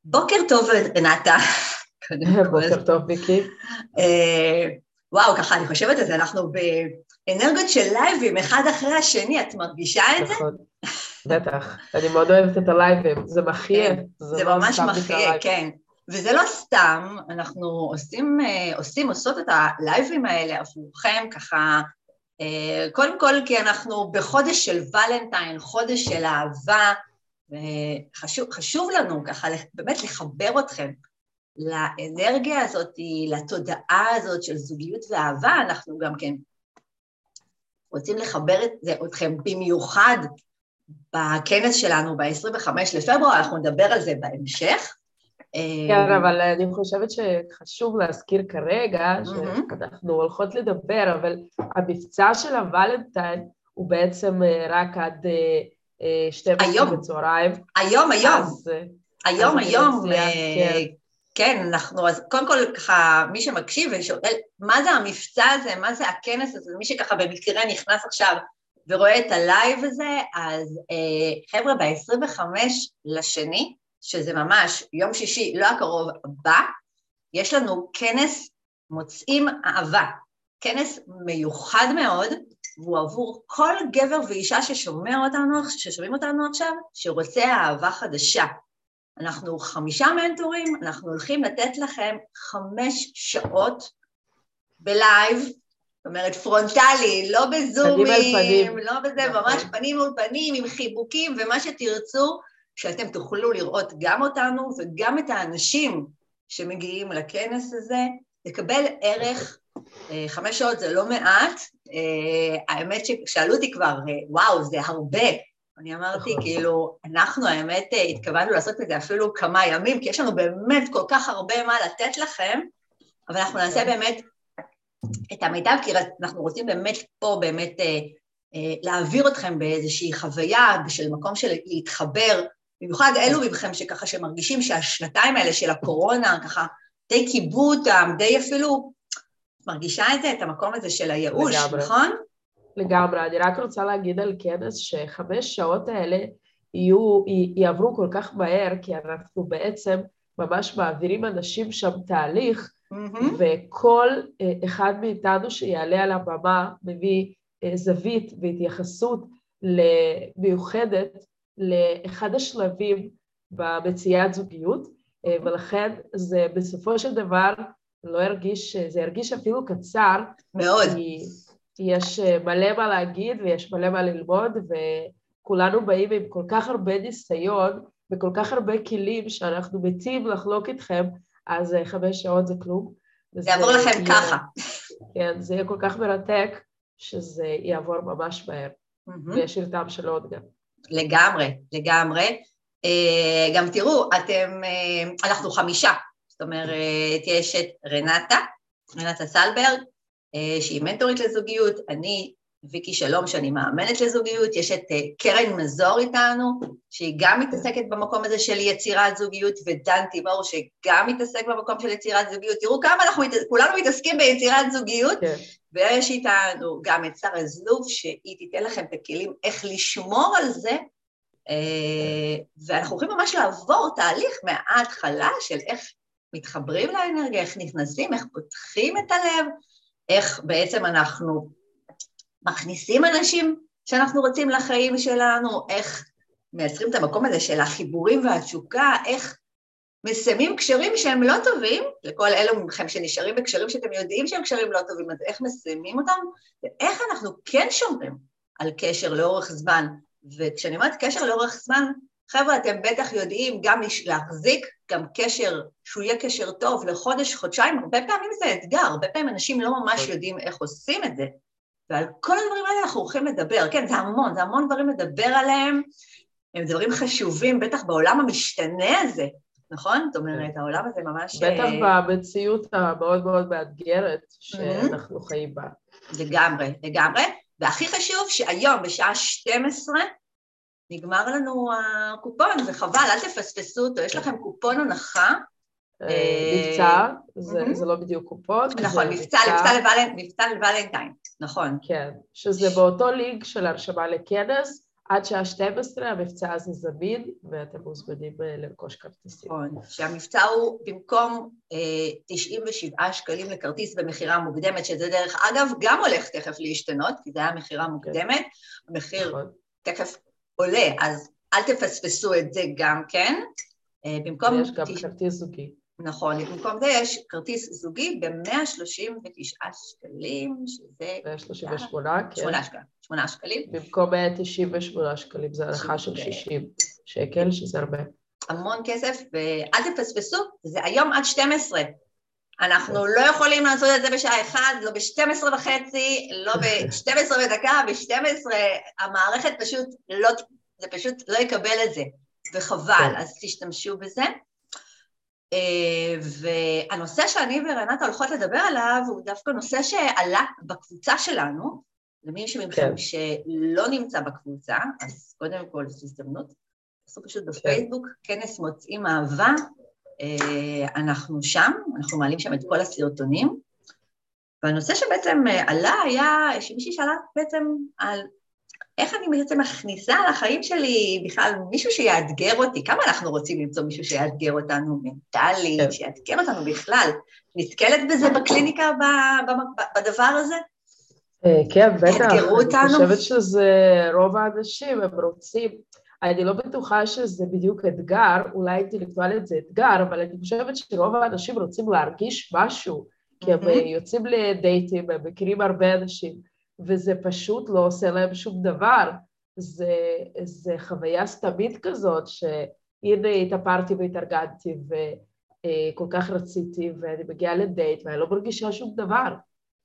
בוקר טוב, רנטה. בוקר טוב, ויקי. וואו, ככה, אני חושבת על זה, אנחנו באנרגיות של לייבים, אחד אחרי השני, את מרגישה את זה? נכון, בטח. אני מאוד אוהבת את הלייבים, זה מחיה, כן, זה לא ממש סתם נקרא מחיה, לייב. כן. וזה לא סתם, אנחנו עושות את הלייבים האלה עבורכם, ככה, קודם כל כי אנחנו בחודש של ולנטיין, חודש של אהבה, וחשוב לנו ככה באמת לחבר אתכם לאנרגיה הזאת, לתודעה הזאת של זוגיות ואהבה. אנחנו גם כן רוצים לחבר אתכם במיוחד בכנס שלנו ב-25 לפברואר, אנחנו נדבר על זה בהמשך. כן, אבל אני חושבת שחשוב להזכיר כרגע שאנחנו הולכות לדבר, אבל המבצע של הוולנטיין הוא בעצם רק עד 12 בצהריים. היום, כן, אנחנו, אז קודם כל ככה, מי שמקשיב ושואל, מה זה המבצע הזה, מה זה הכנס הזה, מי שככה במקרה נכנס עכשיו ורואה את הלייב הזה, אז חבר'ה, ב-25 לשני, שזה ממש יום שישי, לא הקרוב הבא, יש לנו כנס מוצאים אהבה, כנס מיוחד מאוד, והוא עבור כל גבר ואישה ששומעים אותנו עכשיו, שרוצה אהבה חדשה. אנחנו 5 מנטורים, אנחנו הולכים לתת לכם 5 שעות בלייב, זאת אומרת פרונטלי, לא בזומים, לא בזה, ממש פנים מול פנים, עם חיבוקים ומה שתרצו, שאתם תוכלו לראות גם אותנו וגם את האנשים שמגיעים לכנס הזה, לקבל ערך, 5 שעות זה לא מעט, האמת ששאלו אותי כבר, וואו, זה הרבה, אני אמרתי, כאילו, אנחנו האמת התכוונו לעשות את זה אפילו כמה ימים, כי יש לנו באמת כל כך הרבה מה לתת לכם, אבל אנחנו נעשה באמת את המיטב, כי אנחנו רוצים באמת פה באמת להעביר אתכם באיזושהי חוויה, של מקום של להתחבר, במיוחד אלו מכם שככה שמרגישים שהשנתיים האלה של הקורונה, ככה די קיבו אותם, די אפילו מרגישה את זה, את המקום הזה של הייאוש, נכון? לגמרי, אני רק רוצה להגיד על כנס ש5 שעות האלה יעברו כל כך מהר, כי אנחנו בעצם ממש מעבירים אנשים שם תהליך, וכל אחד מאיתנו שיעלה על הבמה מביא זווית והתייחסות מיוחדת לאחד השלבים במציאת זוגיות, ולכן זה בסופו של דבר לא ירגיש, זה ירגיש אפילו קצר, מאוד. יש מלא מה להגיד ויש מלא מה ללמוד, וכולנו באים עם כל כך הרבה ניסיון וכל כך הרבה כלים שאנחנו מתים לחלוק איתכם, אז 5 שעות זה כלום. זה יעבור לכם ככה. כן, זה יהיה כל כך מרתק שזה יעבור ממש מהר, וישאיר טעם של עוד גם. לגמרי. גם תראו, אנחנו 5, זאת אומרת, יש את רנטה סלברג, שהיא מנטורית לזוגיות, אני ויקי שלום שאני מאמנת לזוגיות, יש את קרן מזור איתנו, שהיא גם מתעסקת במקום הזה של יצירת זוגיות, ודן תימור שגם מתעסק במקום של יצירת זוגיות, תראו כמה כולנו מתעסקים ביצירת זוגיות, ויש איתנו גם את שרה זלוב, שהיא תיתן לכם את הכלים איך לשמור על זה, ואנחנו הולכים ממש לעבור תהליך מההתחלה של איך מתחברים לאנרגיה, איך נכנסים, איך פותחים את הלב, איך בעצם אנחנו מכניסים אנשים שאנחנו רוצים לחיים שלנו, איך מייצרים את המקום הזה של החיבורים והתשוקה, איך מסיימים קשרים שהם לא טובים, לכל אלו מכם שנשארים בקשרים שאתם יודעים שהם קשרים לא טובים, אז איך מסיימים אותם, ואיך אנחנו כן שומרים על קשר לאורך זמן, וכשאני אומרת קשר לאורך זמן, חבר'ה, אתם בטח יודעים גם להחזיק גם קשר, שהוא יהיה קשר טוב לחודש, חודשיים, הרבה פעמים זה אתגר, הרבה פעמים אנשים לא ממש יודעים איך עושים את זה, ועל כל הדברים האלה אנחנו הולכים לדבר, כן, זה המון דברים לדבר עליהם, הם דברים חשובים, בטח בעולם המשתנה הזה, נכון? זאת אומרת, העולם הזה ממש... בטח במציאות המאוד מאוד מאתגרת שאנחנו חיים בה. לגמרי, והכי חשוב שהיום בשעה 12, נגמר לנו הקופון, וחבל, אל תפספסו אותו, יש לכם קופון הנחה. מבצע, זה לא בדיוק קופון. נכון, מבצע לוולנטיין, נכון. כן, שזה באותו לינק של הרשמה לכנס, עד שעה 12, המבצע הזה זמין, ואתם מוזמנים לרכוש כרטיסים. נכון, שהמבצע הוא במקום 97 שקלים לכרטיס במחירה מוקדמת, שזה דרך אגב גם הולך תכף להשתנות, כי זה היה מחירה מוקדמת, המחיר תכף עולה, אז אל תפספסו את זה גם כן. ויש גם כרטיס זוגי. נכון, במקום זה יש כרטיס זוגי ב-139 שקלים, שזה... 138, כן. 8 שקלים. במקום 198 שקלים, זה הנחה של 60 שקל, שזה הרבה. המון כסף, ואל תפספסו, זה היום עד 12. אנחנו לא יכולים לעשות את זה בשעה 1, לא ב-12 וחצי, לא ב-12 ודקה, ב-12, המערכת פשוט לא, זה פשוט לא יקבל את זה, וחבל, אז תשתמשו בזה. והנושא שאני ורנטה הולכות לדבר עליו, הוא דווקא נושא שעלה בקבוצה שלנו, למי שמכם שלא נמצא בקבוצה, אז קודם כל זו הזדמנות, עשו פשוט בפייסבוק, כנס מוצאים אהבה, אנחנו שם, אנחנו מעלים שם את כל הסרטונים, והנושא שבעצם עלה היה, שמישהי שאלה בעצם על איך אני בעצם מכניסה לחיים שלי בכלל מישהו שיאתגר אותי, כמה אנחנו רוצים למצוא מישהו שיאתגר אותנו מנטלית, שיאתגר אותנו בכלל, נתקלת בזה בקליניקה בדבר הזה? כן, בטח, אני חושבת שזה רוב האנשים, הם רוצים, אני לא בטוחה שזה בדיוק אתגר, אולי אינטלקטואלית זה אתגר, אבל אני חושבת שרוב האנשים רוצים להרגיש משהו, כי הם יוצאים לדייטים, הם מכירים הרבה אנשים, וזה פשוט לא עושה להם שום דבר, זה חוויה סתמית כזאת, שהנה התאפרתי והתארגנתי, וכל כך רציתי, ואני מגיעה לדייט, ואני לא מרגישה שום דבר.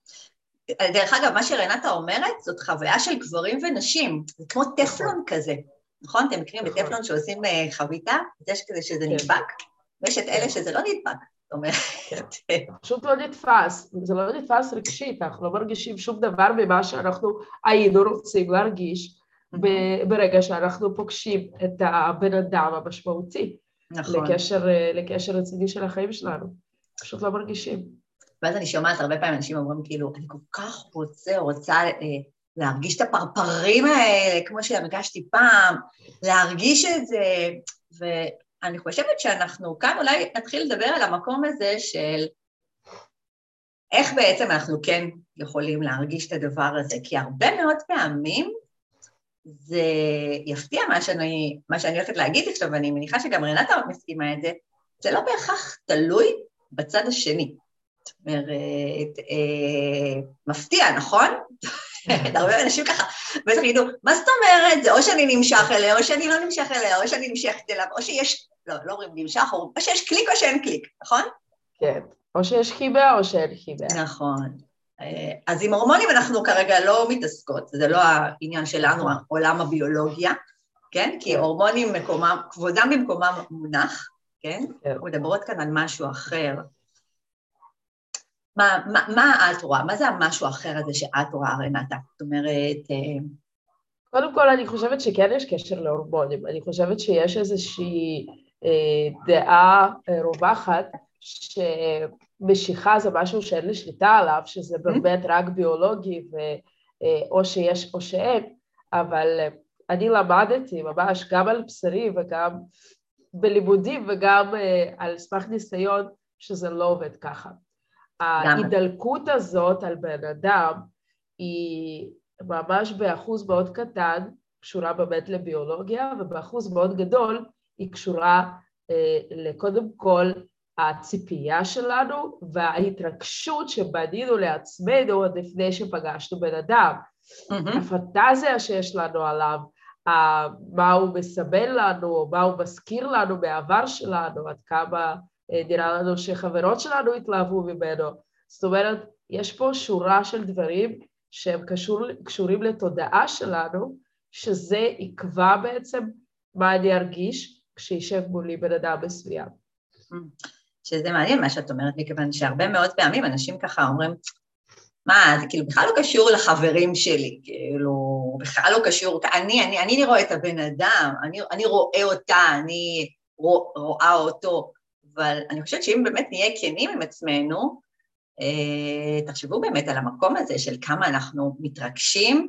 דרך אגב, מה שרנטה אומרת, זאת חוויה של גברים ונשים, זה כמו טפלון כזה, נכון? אתם מכירים בטפלון שעושים חביתה, יש כזה שזה נדבק, ויש את אלה שזה לא נדבק, זאת אומרת. פשוט לא נתפס, זה לא נתפס רגשית, אנחנו לא מרגישים שום דבר ממה שאנחנו היינו רוצים להרגיש, ברגע שאנחנו פוגשים את הבן אדם המשמעותי, לקשר רציני של החיים שלנו, פשוט לא מרגישים. ואז אני שומעת הרבה פעמים אנשים אומרים כאילו, אני כל כך רוצה להרגיש את הפרפרים האלה, כמו שהרגשתי פעם, להרגיש את זה, ואני חושבת שאנחנו כאן אולי נתחיל לדבר על המקום הזה של איך בעצם אנחנו כן יכולים להרגיש את הדבר הזה, כי הרבה מאוד פעמים זה יפתיע מה שאני הולכת להגיד עכשיו, ואני מניחה שגם רנטה מסכימה את זה, זה לא בהכרח תלוי בצד השני. זאת אומרת, מפתיע, נכון? הרבה אנשים ככה, ותגידו, מה זאת אומרת? זה או שאני נמשך אליה, או שאני לא נמשך אליה, או שאני נמשכת אליו, או שיש, לא אומרים נמשך, או שיש קליק או שאין קליק, נכון? כן, או שיש חיבה או שאין חיבה. נכון. אז עם הורמונים אנחנו כרגע לא מתעסקות, זה לא העניין שלנו, עולם הביולוגיה, כן? כי הורמונים כבודם במקומם מונח, כן? מדברות כאן על משהו אחר. מה את רואה? מה זה המשהו האחר הזה שאת רואה, רנטה? זאת אומרת... קודם כל, אני חושבת שכן יש קשר להורמונים. אני חושבת שיש איזושהי דעה רווחת, שמשיכה זה משהו שאין לי שליטה עליו, שזה באמת רק ביולוגי, או שיש או שאין, אבל אני למדתי ממש גם על בשרי וגם בלימודים וגם על סמך ניסיון, שזה לא עובד ככה. ההידלקות הזאת על בן אדם היא ממש באחוז מאוד קטן, קשורה באמת לביולוגיה, ובאחוז מאוד גדול היא קשורה לקודם כל הציפייה שלנו וההתרגשות שבנינו לעצמנו עוד לפני שפגשנו בן אדם. הפנטזיה שיש לנו עליו, מה הוא מסבל לנו, או מה הוא מזכיר לנו בעבר שלנו, עד כמה נראה לנו שחברות שלנו התלהבו ממנו. זאת אומרת, יש פה שורה של דברים שהם קשורים לתודעה שלנו, שזה יקבע בעצם מה אני ארגיש כשישב מולי בן אדם מסוים. שזה מעניין מה שאת אומרת, מכיוון שהרבה מאוד פעמים אנשים ככה אומרים, מה, זה כאילו בכלל לא קשור לחברים שלי, כאילו בכלל לא קשור, אני רואה את הבן אדם, אני רואה אותה, אני רואה אותו, אבל אני חושבת שאם באמת נהיה כנים עם עצמנו, תחשבו באמת על המקום הזה של כמה אנחנו מתרגשים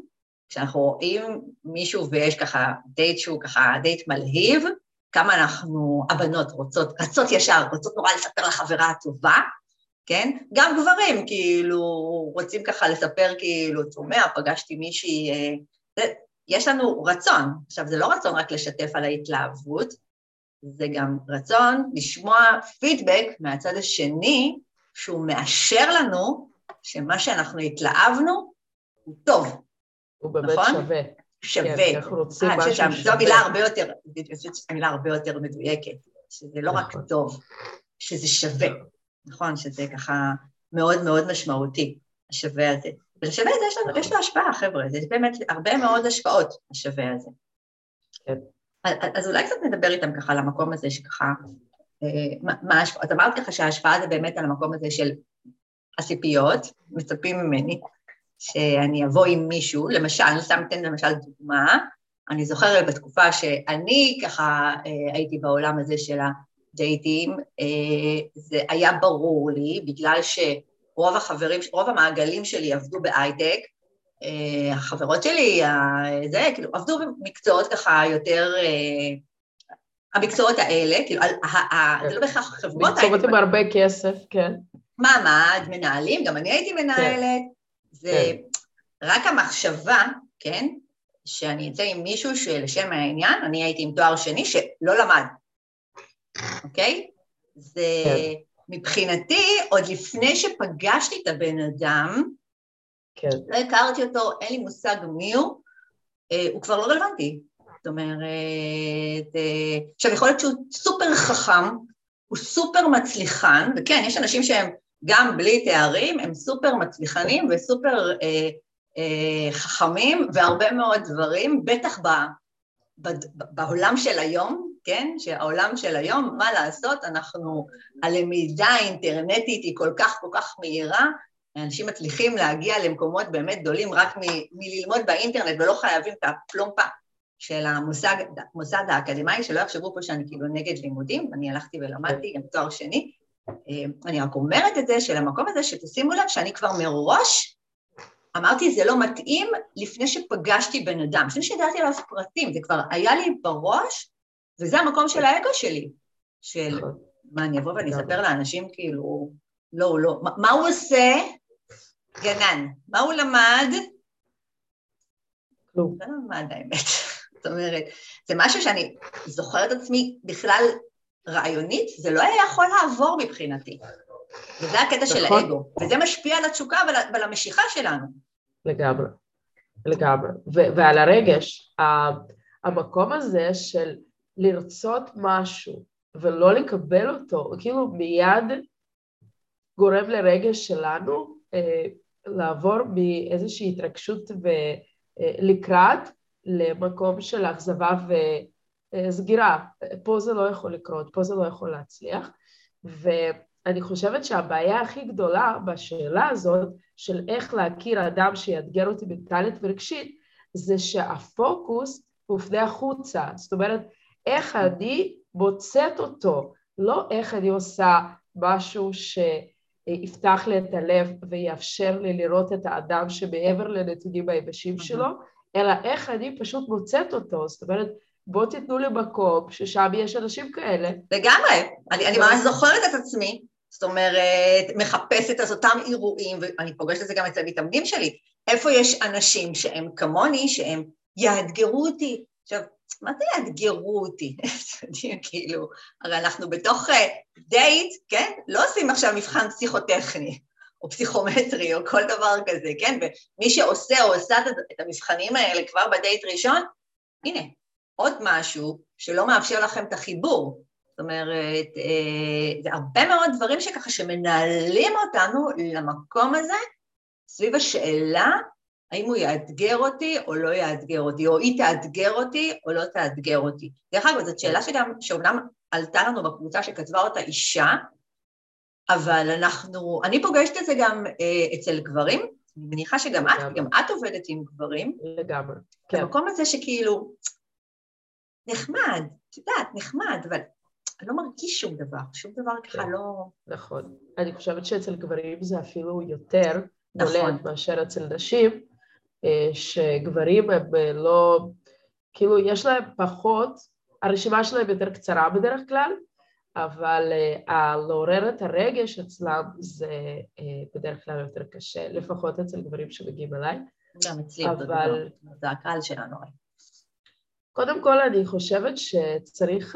כשאנחנו רואים מישהו ויש ככה דייט שהוא ככה דייט מלהיב, כמה אנחנו, הבנות רצות ישר, רוצות נורא לספר לחברה הטובה, כן? גם גברים כאילו רוצים ככה לספר כאילו, תומע, פגשתי מישהי, יש לנו רצון, עכשיו זה לא רצון רק לשתף על ההתלהבות, זה גם רצון לשמוע פידבק מהצד השני, שהוא מאשר לנו שמה שאנחנו התלהבנו הוא טוב. הוא באמת נכון? שווה. שווה. כן, אנחנו רוצים משהו שווה. זו המילה הרבה יותר מדויקת, שזה לא רק טוב, שזה שווה, נכון? שזה ככה מאוד מאוד משמעותי, השווה הזה. ולשווה הזה יש לו השפעה, חבר'ה, זה באמת הרבה מאוד השפעות, השווה הזה. כן. אז אולי קצת נדבר איתם ככה על המקום הזה שככה, מה ההשפעה? אז אמרתי לך שההשפעה זה באמת על המקום הזה של הציפיות, מצפים ממני, שאני אבוא עם מישהו, למשל, אני שמתם למשל דוגמה, אני זוכרת בתקופה שאני ככה הייתי בעולם הזה של הדייטים, זה היה ברור לי, בגלל שרוב החברים, רוב המעגלים שלי עבדו בהייטק, החברות שלי, זה, כאילו, עבדו במקצועות ככה יותר, המקצועות האלה, כאילו, זה לא בהכרח חברות הייטק. מקצועות עם הרבה כסף, כן. מעמד, מנהלים, גם אני הייתי מנהלת, זה רק המחשבה, כן, שאני אצא עם מישהו שלשם העניין, אני הייתי עם תואר שני שלא למד, אוקיי? זה מבחינתי, עוד לפני שפגשתי את הבן אדם, לא הכרתי אותו, אין לי מושג מי הוא כבר לא רלוונטי. זאת אומרת, עכשיו יכול להיות שהוא סופר חכם, הוא סופר מצליחן, וכן, יש אנשים שהם גם בלי תארים, הם סופר מצליחנים וסופר חכמים, והרבה מאוד דברים, בטח בעולם של היום, כן? שהעולם של היום, מה לעשות, הלמידה האינטרנטית היא כל כך מהירה, אנשים מצליחים להגיע למקומות באמת גדולים רק מללמוד באינטרנט, ולא חייבים את הפלומפה של המוסד האקדמי, שלא יחשבו פה שאני כאילו נגד לימודים, אני הלכתי ולמדתי גם תואר שני, אני רק אומרת את זה, שלמקום הזה שתשימו לב שאני כבר מראש, אמרתי זה לא מתאים לפני שפגשתי בן אדם, לפני שידעתי עליו פרטים, זה כבר היה לי בראש, וזה המקום של האגו שלי, של מה אני אבוא ואני אספר לאנשים כאילו, לא, מה הוא עושה? גנן, מה הוא למד? לא למד האמת, זאת אומרת, זה משהו שאני זוכרת עצמי בכלל רעיונית, זה לא היה יכול לעבור מבחינתי, וזה הקטע של האגו, וזה משפיע על התשוקה ועל המשיכה שלנו. לגמרי, ועל הרגש, המקום הזה של לרצות משהו ולא לקבל אותו, כאילו מיד גורם לרגש שלנו לעבור מאיזושהי התרגשות ולקראת למקום של אכזבה וסגירה. פה זה לא יכול לקרות, פה זה לא יכול להצליח, ואני חושבת שהבעיה הכי גדולה בשאלה הזאת של איך להכיר אדם שיאתגר אותי מנטלית ורגשית, זה שהפוקוס מופנה החוצה, זאת אומרת, איך אני מוצאת אותו, לא איך אני עושה משהו שיפתח לי את הלב ויאפשר לי לראות את האדם שמעבר לנתונים היבשים שלו, אלא איך אני פשוט מוצאת אותו, זאת אומרת, בואו תיתנו לי מקום ששם יש אנשים כאלה. לגמרי, אני ממש זוכרת את עצמי, זאת אומרת, מחפשת את אותם אירועים, ואני פוגשת את זה גם אצל המתאמנים שלי, איפה יש אנשים שהם כמוני, שהם יאתגרו אותי. עכשיו, מה זה יאתגרו אותי? כאילו, הרי אנחנו בתוך דייט, כן? לא עושים עכשיו מבחן פסיכוטכני, או פסיכומטרי, או כל דבר כזה, כן? ומי שעושה או עושה את המבחנים האלה כבר בדייט ראשון, הנה, עוד משהו שלא מאפשר לכם את החיבור. זאת אומרת, זה הרבה מאוד דברים שככה שמנהלים אותנו למקום הזה, סביב השאלה, האם הוא יאתגר אותי או לא יאתגר אותי, או היא תאתגר אותי או לא תאתגר אותי. דרך אגב, זאת שאלה שאומנם עלתה לנו בקבוצה שכתבה אותה אישה, אבל אני פוגשת את זה גם אצל גברים, אני מניחה שגם את עובדת עם גברים. לגמרי, כן. במקום הזה שכאילו, נחמד, את יודעת, נחמד, אבל אני לא מרגיש שום דבר ככה לא... נכון, אני חושבת שאצל גברים זה אפילו יותר בולט מאשר אצל נשים, שגברים הם לא, כאילו יש להם פחות, הרשימה שלהם יותר קצרה בדרך כלל, אבל לעורר את הרגש אצלם זה בדרך כלל יותר קשה, לפחות אצל גברים שמגיעים אליי. גם אצלי אותו דבר, זה הקהל שלנו. קודם כל אני חושבת שצריך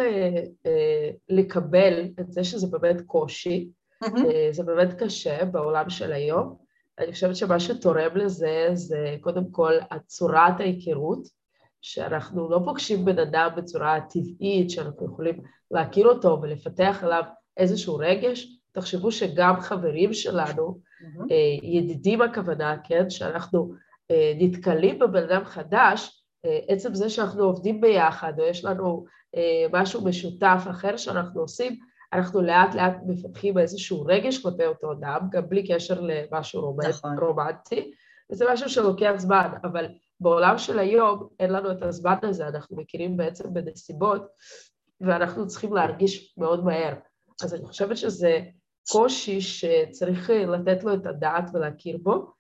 לקבל את זה שזה באמת קושי, זה באמת קשה בעולם של היום. אני חושבת שמה שתורם לזה זה קודם כל הצורת ההיכרות, שאנחנו לא פוגשים בן אדם בצורה טבעית, שאנחנו יכולים להכיר אותו ולפתח עליו איזשהו רגש. תחשבו שגם חברים שלנו, ידידים הכוונה, כן, שאנחנו נתקלים בבן אדם חדש, עצם זה שאנחנו עובדים ביחד, או יש לנו משהו משותף אחר שאנחנו עושים, אנחנו לאט לאט מפתחים איזשהו רגש כלפי אותו אדם, גם בלי קשר למשהו רומנטי, וזה משהו שלוקח זמן, אבל בעולם של היום אין לנו את הזמן הזה, אנחנו מכירים בעצם בנסיבות, ואנחנו צריכים להרגיש מאוד מהר. אז אני חושבת שזה קושי שצריך לתת לו את הדעת ולהכיר בו.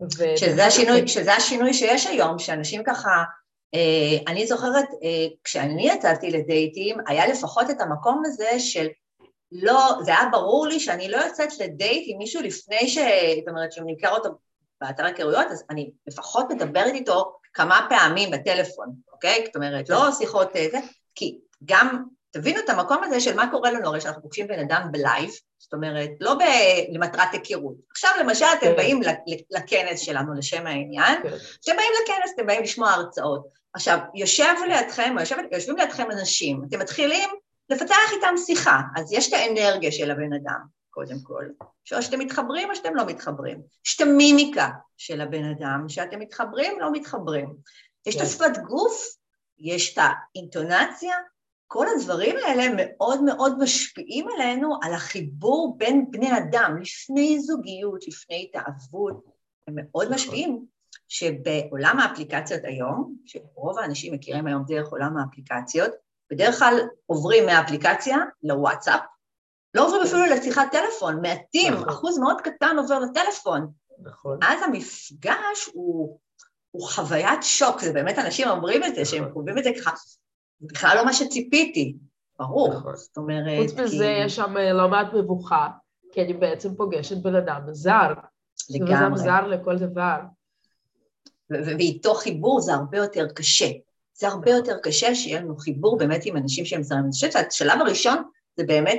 שזה השינוי שיש היום, שאנשים ככה, אני זוכרת, כשאני יצאתי לדייטים, היה לפחות את המקום הזה של לא, זה היה ברור לי שאני לא יוצאת לדייט עם מישהו לפני זאת אומרת, שהוא נמכר אותו באתר היכרויות, אז אני לפחות מדברת איתו כמה פעמים בטלפון, אוקיי? זאת אומרת, לא שיחות זה, כי גם תבינו את המקום הזה של מה קורה לנו, הרי שאנחנו פוגשים בן אדם בלייב, זאת אומרת, לא למטרת היכרות. עכשיו למשל אתם באים לכנס שלנו לשם העניין, אתם באים לכנס, אתם באים לשמוע הרצאות. עכשיו, יושבים לידכם אנשים, אתם מתחילים לפתח איתם שיחה, אז יש את האנרגיה של הבן אדם, קודם כל, שאתם מתחברים או שאתם לא מתחברים. יש את המימיקה של הבן אדם, שאתם מתחברים, לא מתחברים. יש את השפת גוף, יש את האינטונציה, כל הדברים האלה מאוד מאוד משפיעים עלינו על החיבור בין בני אדם, לפני זוגיות, לפני התאהבות, הם מאוד משפיעים, שבעולם האפליקציות היום, שרוב האנשים מכירים היום דרך עולם האפליקציות, בדרך כלל עוברים מהאפליקציה לוואטסאפ, לא עוברים אפילו לשיחת טלפון, מעטים, אחוז מאוד קטן עובר לטלפון. אז המפגש הוא חוויית שוק, זה באמת אנשים אומרים את זה, שהם חווים את זה ככה, זה בכלל לא מה שציפיתי, ברור. זאת אומרת, חוץ מזה יש שם לא מעט מבוכה, כי אני בעצם פוגשת בן אדם זר. לגמרי. בן אדם זר לכל דבר. ואיתו חיבור זה הרבה יותר קשה. זה הרבה יותר קשה שיהיה לנו חיבור באמת עם אנשים שהם זרים. אני חושבת שהשלב הראשון זה באמת,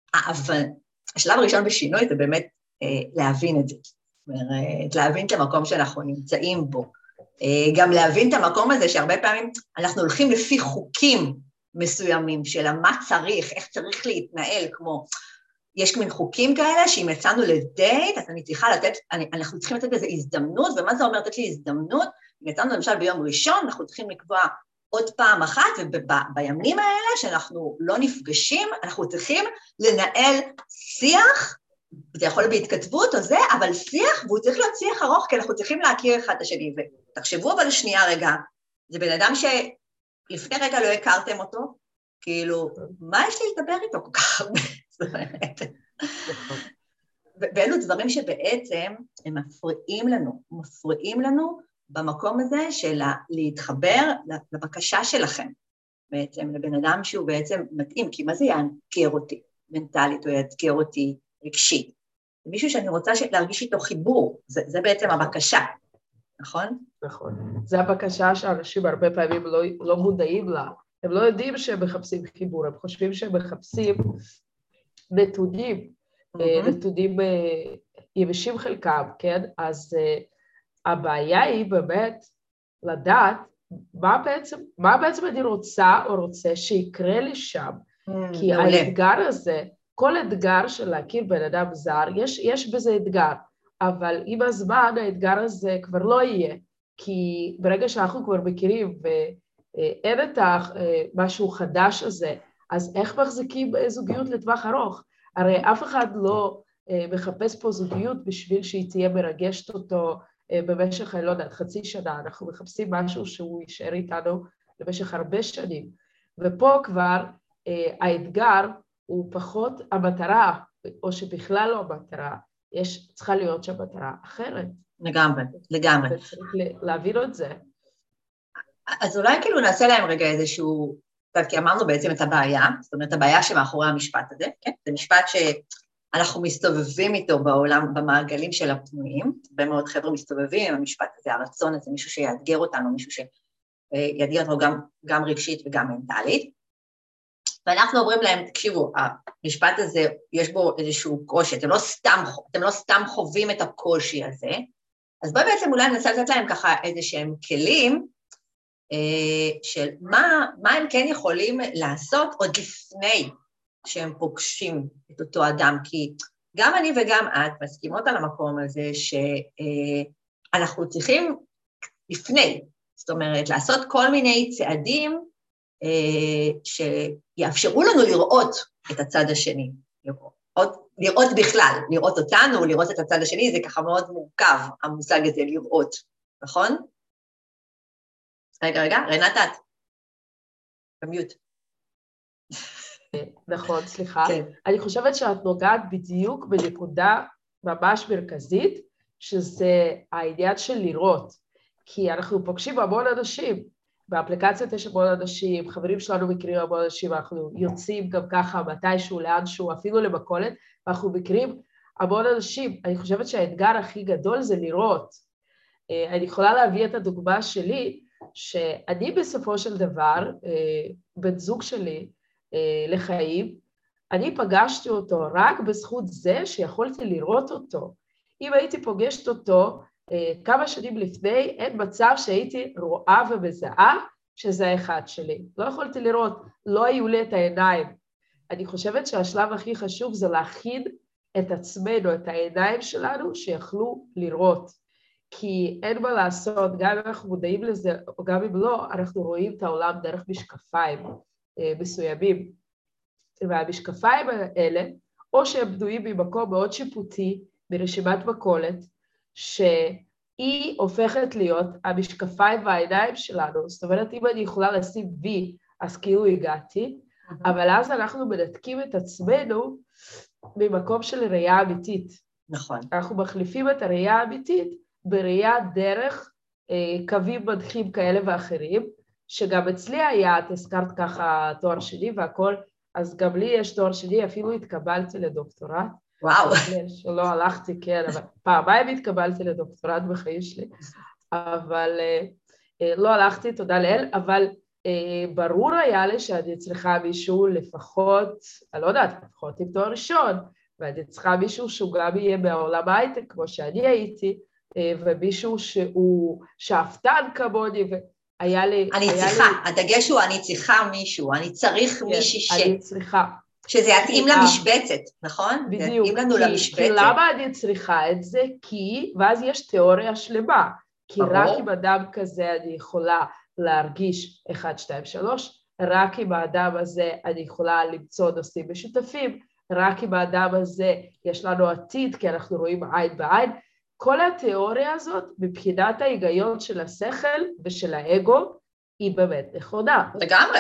השלב הראשון בשינוי זה באמת להבין את זה. זאת אומרת, להבין את המקום שאנחנו נמצאים בו. גם להבין את המקום הזה שהרבה פעמים אנחנו הולכים לפי חוקים מסוימים של מה צריך, איך צריך להתנהל, כמו, יש מין חוקים כאלה שאם יצאנו לדייט, אז אנחנו צריכים לתת לזה הזדמנות, ומה זה אומר לתת לי הזדמנות? אם יצאנו למשל ביום ראשון, אנחנו צריכים לקבוע עוד פעם אחת, ובימים האלה שאנחנו לא נפגשים, אנחנו צריכים לנהל שיח, זה יכול להיות בהתכתבות או זה, אבל שיח, והוא צריך להיות שיח ארוך, כי אנחנו צריכים להכיר אחד את השני. ותחשבו אבל שנייה רגע, זה בן אדם שלפני רגע לא הכרתם אותו, כאילו, מה יש לי לדבר איתו כל כך הרבה? זאת אומרת. ואלו דברים שבעצם הם מפריעים לנו במקום הזה של להתחבר לבקשה שלכם, בעצם לבן אדם שהוא בעצם מתאים, כי מה זה יאתגר אותי מנטלית או יאתגר אותי רגשית? זה מישהו שאני רוצה להרגיש איתו חיבור, זה בעצם הבקשה, נכון? נכון, זה הבקשה שאנשים הרבה פעמים לא מודעים לה, הם לא יודעים שהם מחפשים חיבור, הם חושבים שהם מחפשים נתונים, נתונים יבשים חלקם, כן? אז הבעיה היא באמת לדעת מה בעצם אני רוצה או רוצה שיקרה לי שם, כי האתגר הזה, כל אתגר של להכיר בן אדם זר, יש בזה אתגר, אבל עם הזמן האתגר הזה כבר לא יהיה, כי ברגע שאנחנו כבר מכירים ואין את משהו חדש הזה, אז איך מחזיקים זוגיות לטווח ארוך? הרי אף אחד לא מחפש פה זוגיות בשביל שהיא תהיה מרגשת אותו במשך, לא יודעת, חצי שנה, אנחנו מחפשים משהו שהוא יישאר איתנו במשך הרבה שנים, ופה כבר האתגר הוא פחות המטרה, או שבכלל לא המטרה, צריכה להיות שם מטרה אחרת. לגמרי, לגמרי. וצריך להבין את זה. אז אולי כאילו נעשה להם רגע איזשהו, כי אמרנו בעצם את הבעיה, זאת אומרת, הבעיה שמאחורי המשפט הזה, כן? זה משפט שאנחנו מסתובבים איתו בעולם, במעגלים של הפנויים, הרבה מאוד חבר'ה מסתובבים עם המשפט הזה, הרצון הזה, מישהו שיאתגר אותנו, מישהו שיאתגר אותנו גם רגשית וגם מנטלית, ואנחנו אומרים להם, תקשיבו, המשפט הזה, יש בו איזשהו קושי, אתם לא סתם חווים את הקושי הזה, אז בואו בעצם אולי ננסה לתת להם ככה איזשהם כלים, של מה הם כן יכולים לעשות עוד לפני שהם פוגשים את אותו אדם, כי גם אני וגם את מסכימות על המקום הזה שאנחנו צריכים לפני, זאת אומרת, לעשות כל מיני צעדים שיאפשרו לנו לראות את הצד השני, לראות בכלל, לראות אותנו, לראות את הצד השני, זה ככה מאוד מורכב, המושג הזה לראות, נכון? רגע, רנטת, במיוט. נכון, סליחה. כן. אני חושבת שאת נוגעת בדיוק בנקודה ממש מרכזית, שזה העניין של לראות. כי אנחנו פוגשים המון אנשים, באפליקציות יש המון אנשים, חברים שלנו מכירים המון אנשים, אנחנו יוצאים גם ככה מתישהו, לאנשהו, אפילו למכולת, ואנחנו מכירים המון אנשים. אני חושבת שהאתגר הכי גדול זה לראות. אני יכולה להביא את הדוגמה שלי, שאני בסופו של דבר, בן זוג שלי לחיים, אני פגשתי אותו רק בזכות זה שיכולתי לראות אותו. אם הייתי פוגשת אותו כמה שנים לפני, אין מצב שהייתי רואה ומזהה שזה האחד שלי. לא יכולתי לראות, לא היו לי את העיניים. אני חושבת שהשלב הכי חשוב זה להכין את עצמנו, את העיניים שלנו, שיכלו לראות. כי אין מה לעשות, גם אם אנחנו מודעים לזה, או גם אם לא, אנחנו רואים את העולם דרך משקפיים מסוימים. והמשקפיים האלה, או שהם בנויים ממקום מאוד שיפוטי, ברשימת מכולת, שהיא הופכת להיות המשקפיים והעיניים שלנו. זאת אומרת, אם אני יכולה לשים וי, אז כאילו הגעתי, אבל אז אנחנו מנתקים את עצמנו ממקום של ראייה אמיתית. נכון. אנחנו מחליפים את הראייה האמיתית, בראייה דרך קווים מנחים כאלה ואחרים, שגם אצלי היה, את הזכרת ככה תואר שני והכל, אז גם לי יש תואר שני, אפילו התקבלתי לדוקטורט. וואו. שלא הלכתי, כן, אבל פעמיים התקבלתי לדוקטורט בחיים שלי, אבל לא הלכתי, תודה לאל, אבל ברור היה לי שאני צריכה מישהו לפחות, אני לא יודעת, לפחות עם תואר ראשון, ואני צריכה מישהו שהוא גם יהיה בעולם ההייטק, כמו שאני הייתי, ומישהו שהוא שאפתן כמוני, והיה לי... אני צריכה, הדגש הוא אני צריכה מישהו, אני צריך מישהי אני צריכה. שזה יתאים למשבצת, נכון? בדיוק. יתאים לנו למשבצת. כי למה אני צריכה את זה? כי, ואז יש תיאוריה שלמה, כי רק עם אדם כזה אני יכולה להרגיש 1, 2, 3, רק עם האדם הזה אני יכולה למצוא נושאים משותפים, רק עם האדם הזה יש לנו עתיד, כי אנחנו רואים עין בעין. כל התיאוריה הזאת, מבחינת ההיגיון של השכל ושל האגו, היא באמת נכונה. לגמרי.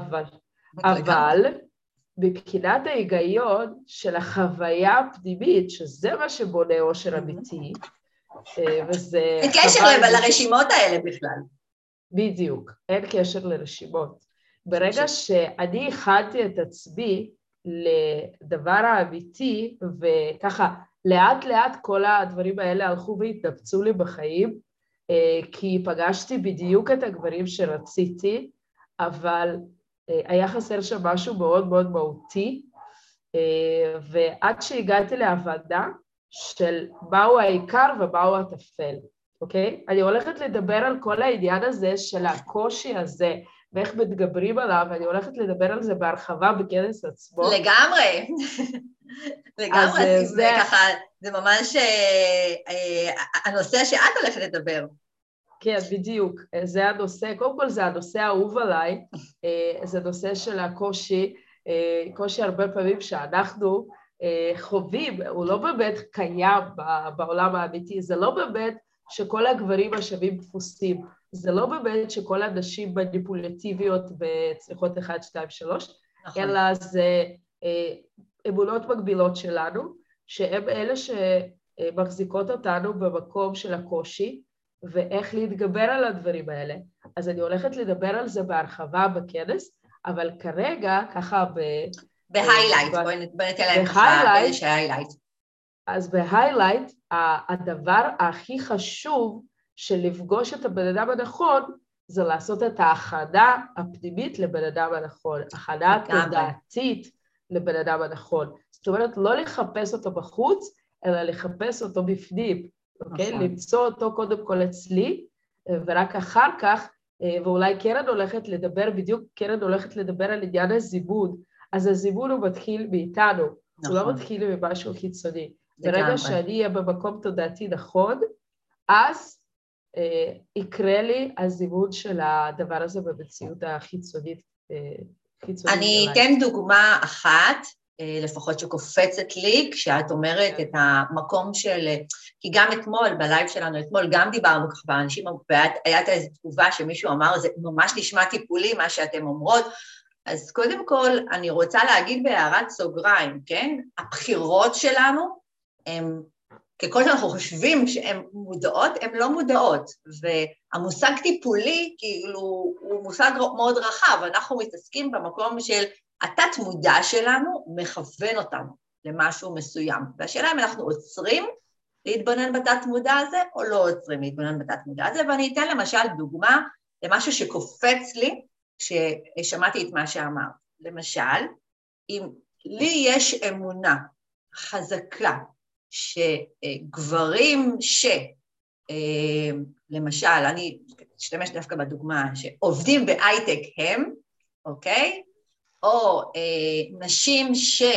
אבל מבחינת ההיגיון של החוויה הפנימית, שזה מה שבונה אושר אמיתי, וזה... אין קשר לרשימות האלה בכלל. בדיוק, אין קשר לרשימות. ברגע שאני הכנתי את עצמי לדבר האמיתי, וככה לאט לאט כל הדברים האלה הלכו והתנפצו לי בחיים, כי פגשתי בדיוק את הדברים שרציתי, אבל היה חסר שם משהו מאוד מאוד מהותי, ועד שהגעתי להבנה של מהו העיקר ומהו הטפל, אוקיי? אני הולכת לדבר על כל העניין הזה של הקושי הזה, ואיך מתגברים עליו, ואני הולכת לדבר על זה בהרחבה בכנס עצמו. לגמרי. לגמרי, זה ככה, זה ממש הנושא שאת הולכת לדבר. כן, בדיוק, זה הנושא, קודם כל זה הנושא האהוב עליי, זה נושא של הקושי, קושי הרבה פעמים שאנחנו חווים, הוא לא באמת קיים בעולם האמיתי, זה לא באמת שכל הגברים השווים דפוסים, זה לא באמת שכל הנשים מניפולטיביות וצריכות 1, 2, 3, אלא זה אמונות מגבילות שלנו, שהם אלה מחזיקות אותנו במקום של הקושי, ואיך להתגבר על הדברים האלה. אז אני הולכת לדבר על זה בהרחבה בכנס, אבל כרגע ככה בהיילייט, בואי ניתן להם ככה איזושהי היילייט. אז בהיילייט, הדבר הכי חשוב של לפגוש את הבן אדם הנכון, זה לעשות את ההכנה הפנימית לבן אדם הנכון, הכנה תודעתית לבן אדם הנכון. זאת אומרת, לא לחפש אותו בחוץ, אלא לחפש אותו בפנים, אוקיי? למצוא אותו קודם כל אצלי, ורק אחר כך, ואולי קרן הולכת לדבר, בדיוק קרן הולכת לדבר על עניין הזימון, אז הזימון הוא מתחיל מאיתנו, הוא לא מתחיל ממשהו חיצוני. ברגע שאני אהיה במקום תודעתי נכון, אז יקרה לי הזימון של הדבר הזה במציאות החיצונית. אני אתן דוגמה אחת, לפחות שקופצת לי, כשאת אומרת את המקום של, כי גם אתמול, בלייב שלנו אתמול, גם דיברנו ככה באנשים, הייתה איזו תגובה שמישהו אמר, זה ממש נשמע טיפולי, מה שאתם אומרות, אז קודם כל, אני רוצה להגיד בהערת סוגריים, כן? הבחירות שלנו, הם, ככל שאנחנו חושבים שהן מודעות, הן לא מודעות, והמושג טיפולי, כאילו, הוא מושג מאוד רחב, אנחנו מתעסקים במקום של התת מודע שלנו מכוון אותנו למשהו מסוים, והשאלה אם אנחנו עוצרים להתבונן בתת מודע הזה, או לא עוצרים להתבונן בתת מודע הזה, ואני אתן למשל דוגמה למשהו שקופץ לי, כששמעתי את מה שאמרת. למשל, אם לי יש אמונה חזקה, שגברים למשל, אני אשתמש דווקא בדוגמה, שעובדים בהייטק הם, אוקיי? או נשים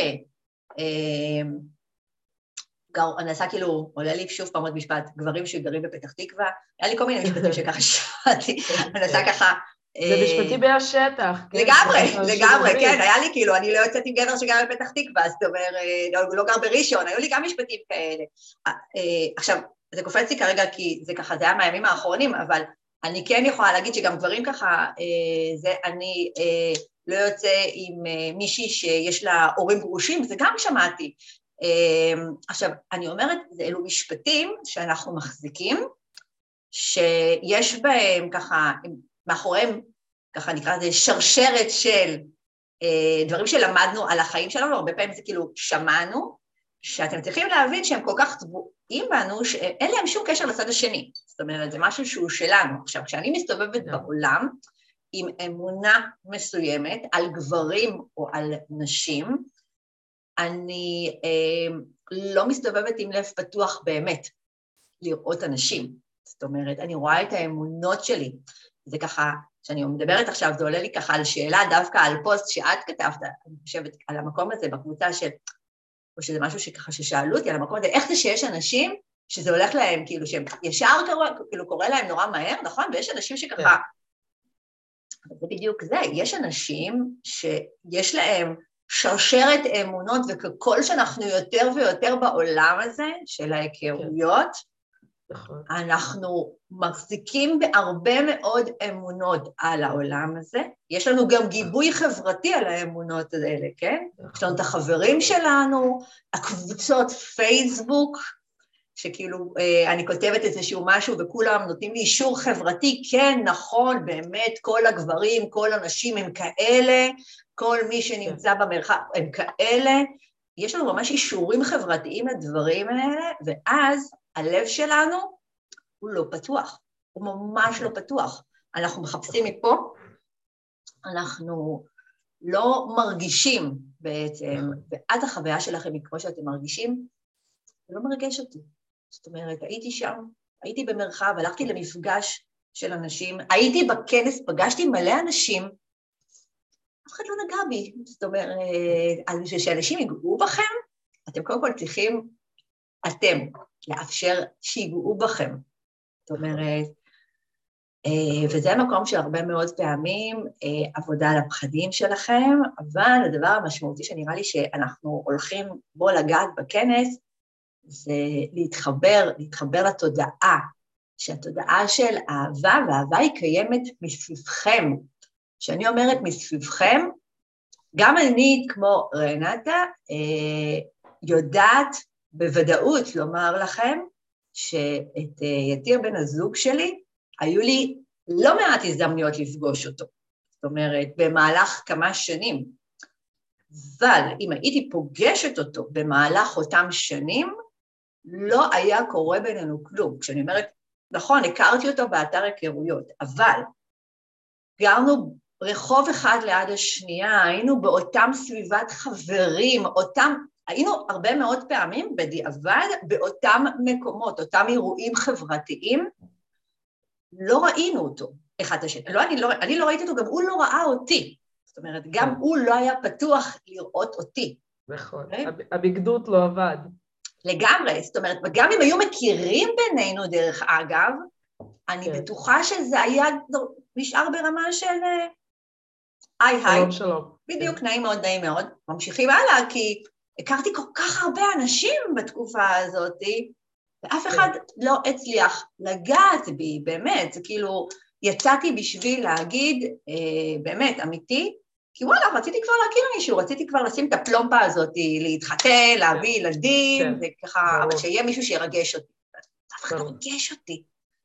אני עושה כאילו, עולה לי שוב פעם עוד משפט, גברים שגרים בפתח תקווה, היה לי כל מיני משפטים שככה שמעתי, אני עושה ככה, זה משפטים מהשטח. לגמרי, כן, היה לי כאילו, אני לא יוצאת עם גבר שגר בפתח תקווה, זאת אומרת, לא גר בראשון, היו לי גם משפטים כאלה. עכשיו, זה קופץ לי כרגע כי זה ככה, זה היה מהימים האחרונים, אבל אני כן יכולה להגיד שגם גברים ככה, אני לא יוצא עם מישהי שיש לה הורים גרושים, זה גם שמעתי. עכשיו, אני אומרת, אלו משפטים שאנחנו מחזיקים, שיש בהם ככה, מאחוריהם, ככה נקרא לזה שרשרת של דברים שלמדנו על החיים שלנו, הרבה פעמים זה כאילו שמענו, שאתם צריכים להבין שהם כל כך טבועים בנו, שאין להם שום קשר לצד השני. זאת אומרת, זה משהו שהוא שלנו. עכשיו, כשאני מסתובבת בעולם עם אמונה מסוימת על גברים או על נשים, אני לא מסתובבת עם לב פתוח באמת לראות אנשים. זאת אומרת, אני רואה את האמונות שלי. זה ככה, כשאני מדברת עכשיו, זה עולה לי ככה על שאלה, דווקא על פוסט שאת כתבת, אני חושבת על המקום הזה בקבוצה של, או שזה משהו שככה ששאלו אותי על המקום הזה, איך זה שיש אנשים שזה הולך להם, כאילו שהם ישר כאילו קורא להם נורא מהר, נכון? ויש אנשים שככה, זה בדיוק זה, יש אנשים שיש להם שרשרת אמונות, וככל שאנחנו יותר ויותר בעולם הזה של ההיכרויות, אנחנו מחזיקים בהרבה מאוד אמונות על העולם הזה, יש לנו גם גיבוי חברתי על האמונות האלה, כן? יש לנו את החברים שלנו, הקבוצות פייסבוק, שכאילו אני כותבת איזשהו משהו וכולם נותנים לי אישור חברתי, כן, נכון, באמת, כל הגברים, כל הנשים הם כאלה, כל מי שנמצא במרחב הם כאלה, יש לנו ממש אישורים חברתיים לדברים האלה, ואז הלב שלנו הוא לא פתוח, הוא ממש לא פתוח. אנחנו מחפשים מפה, אנחנו לא מרגישים בעצם, ואז החוויה שלכם היא כמו שאתם מרגישים, זה לא מרגש אותי. זאת אומרת, הייתי שם, הייתי במרחב, הלכתי למפגש של אנשים, הייתי בכנס, פגשתי מלא אנשים, אף אחד לא נגע בי. זאת אומרת, אז בשביל שאנשים יגעו בכם, אתם קודם כל צריכים, אתם, לאפשר שיגעו בכם. זאת אומרת, וזה המקום שהרבה מאוד פעמים עבודה על הפחדים שלכם, אבל הדבר המשמעותי שנראה לי שאנחנו הולכים בו לגעת בכנס, זה להתחבר לתודעה, שהתודעה של אהבה, והאהבה היא קיימת מסביבכם. כשאני אומרת מסביבכם, גם אני כמו רנטה יודעת בוודאות לומר לכם שאת יתיר בן הזוג שלי, היו לי לא מעט הזדמנויות לפגוש אותו. זאת אומרת, במהלך כמה שנים. אבל אם הייתי פוגשת אותו במהלך אותם שנים, לא היה קורה בינינו כלום. כשאני אומרת, נכון, הכרתי אותו באתר היכרויות, אבל גרנו רחוב אחד ליד השנייה, היינו באותם סביבת חברים, היינו הרבה מאוד פעמים בדיעבד באותם מקומות, אותם אירועים חברתיים, לא ראינו אותו אחד השני. אני לא ראיתי אותו, גם הוא לא ראה אותי. זאת אומרת, גם הוא לא היה פתוח לראות אותי. נכון, הבגדות לא עבד. לגמרי, זאת אומרת, וגם אם היו מכירים בינינו דרך אגב, אני בטוחה שזה היה נשאר ברמה של היי. שלום שלום. בדיוק, נעים מאוד, נעים מאוד. ממשיכים הלאה, כי הכרתי כל כך הרבה אנשים בתקופה הזאת, ואף אחד לא הצליח לגעת בי, באמת, זה כאילו, יצאתי בשביל להגיד, באמת, אמיתי, כי וואלה, רציתי כבר להכיר מישהו, רציתי כבר לשים את הפלומפה הזאת, להתחתן, להביא ילדים, וככה, אבל שיהיה מישהו שירגש אותי. אף אחד לא רגש אותי.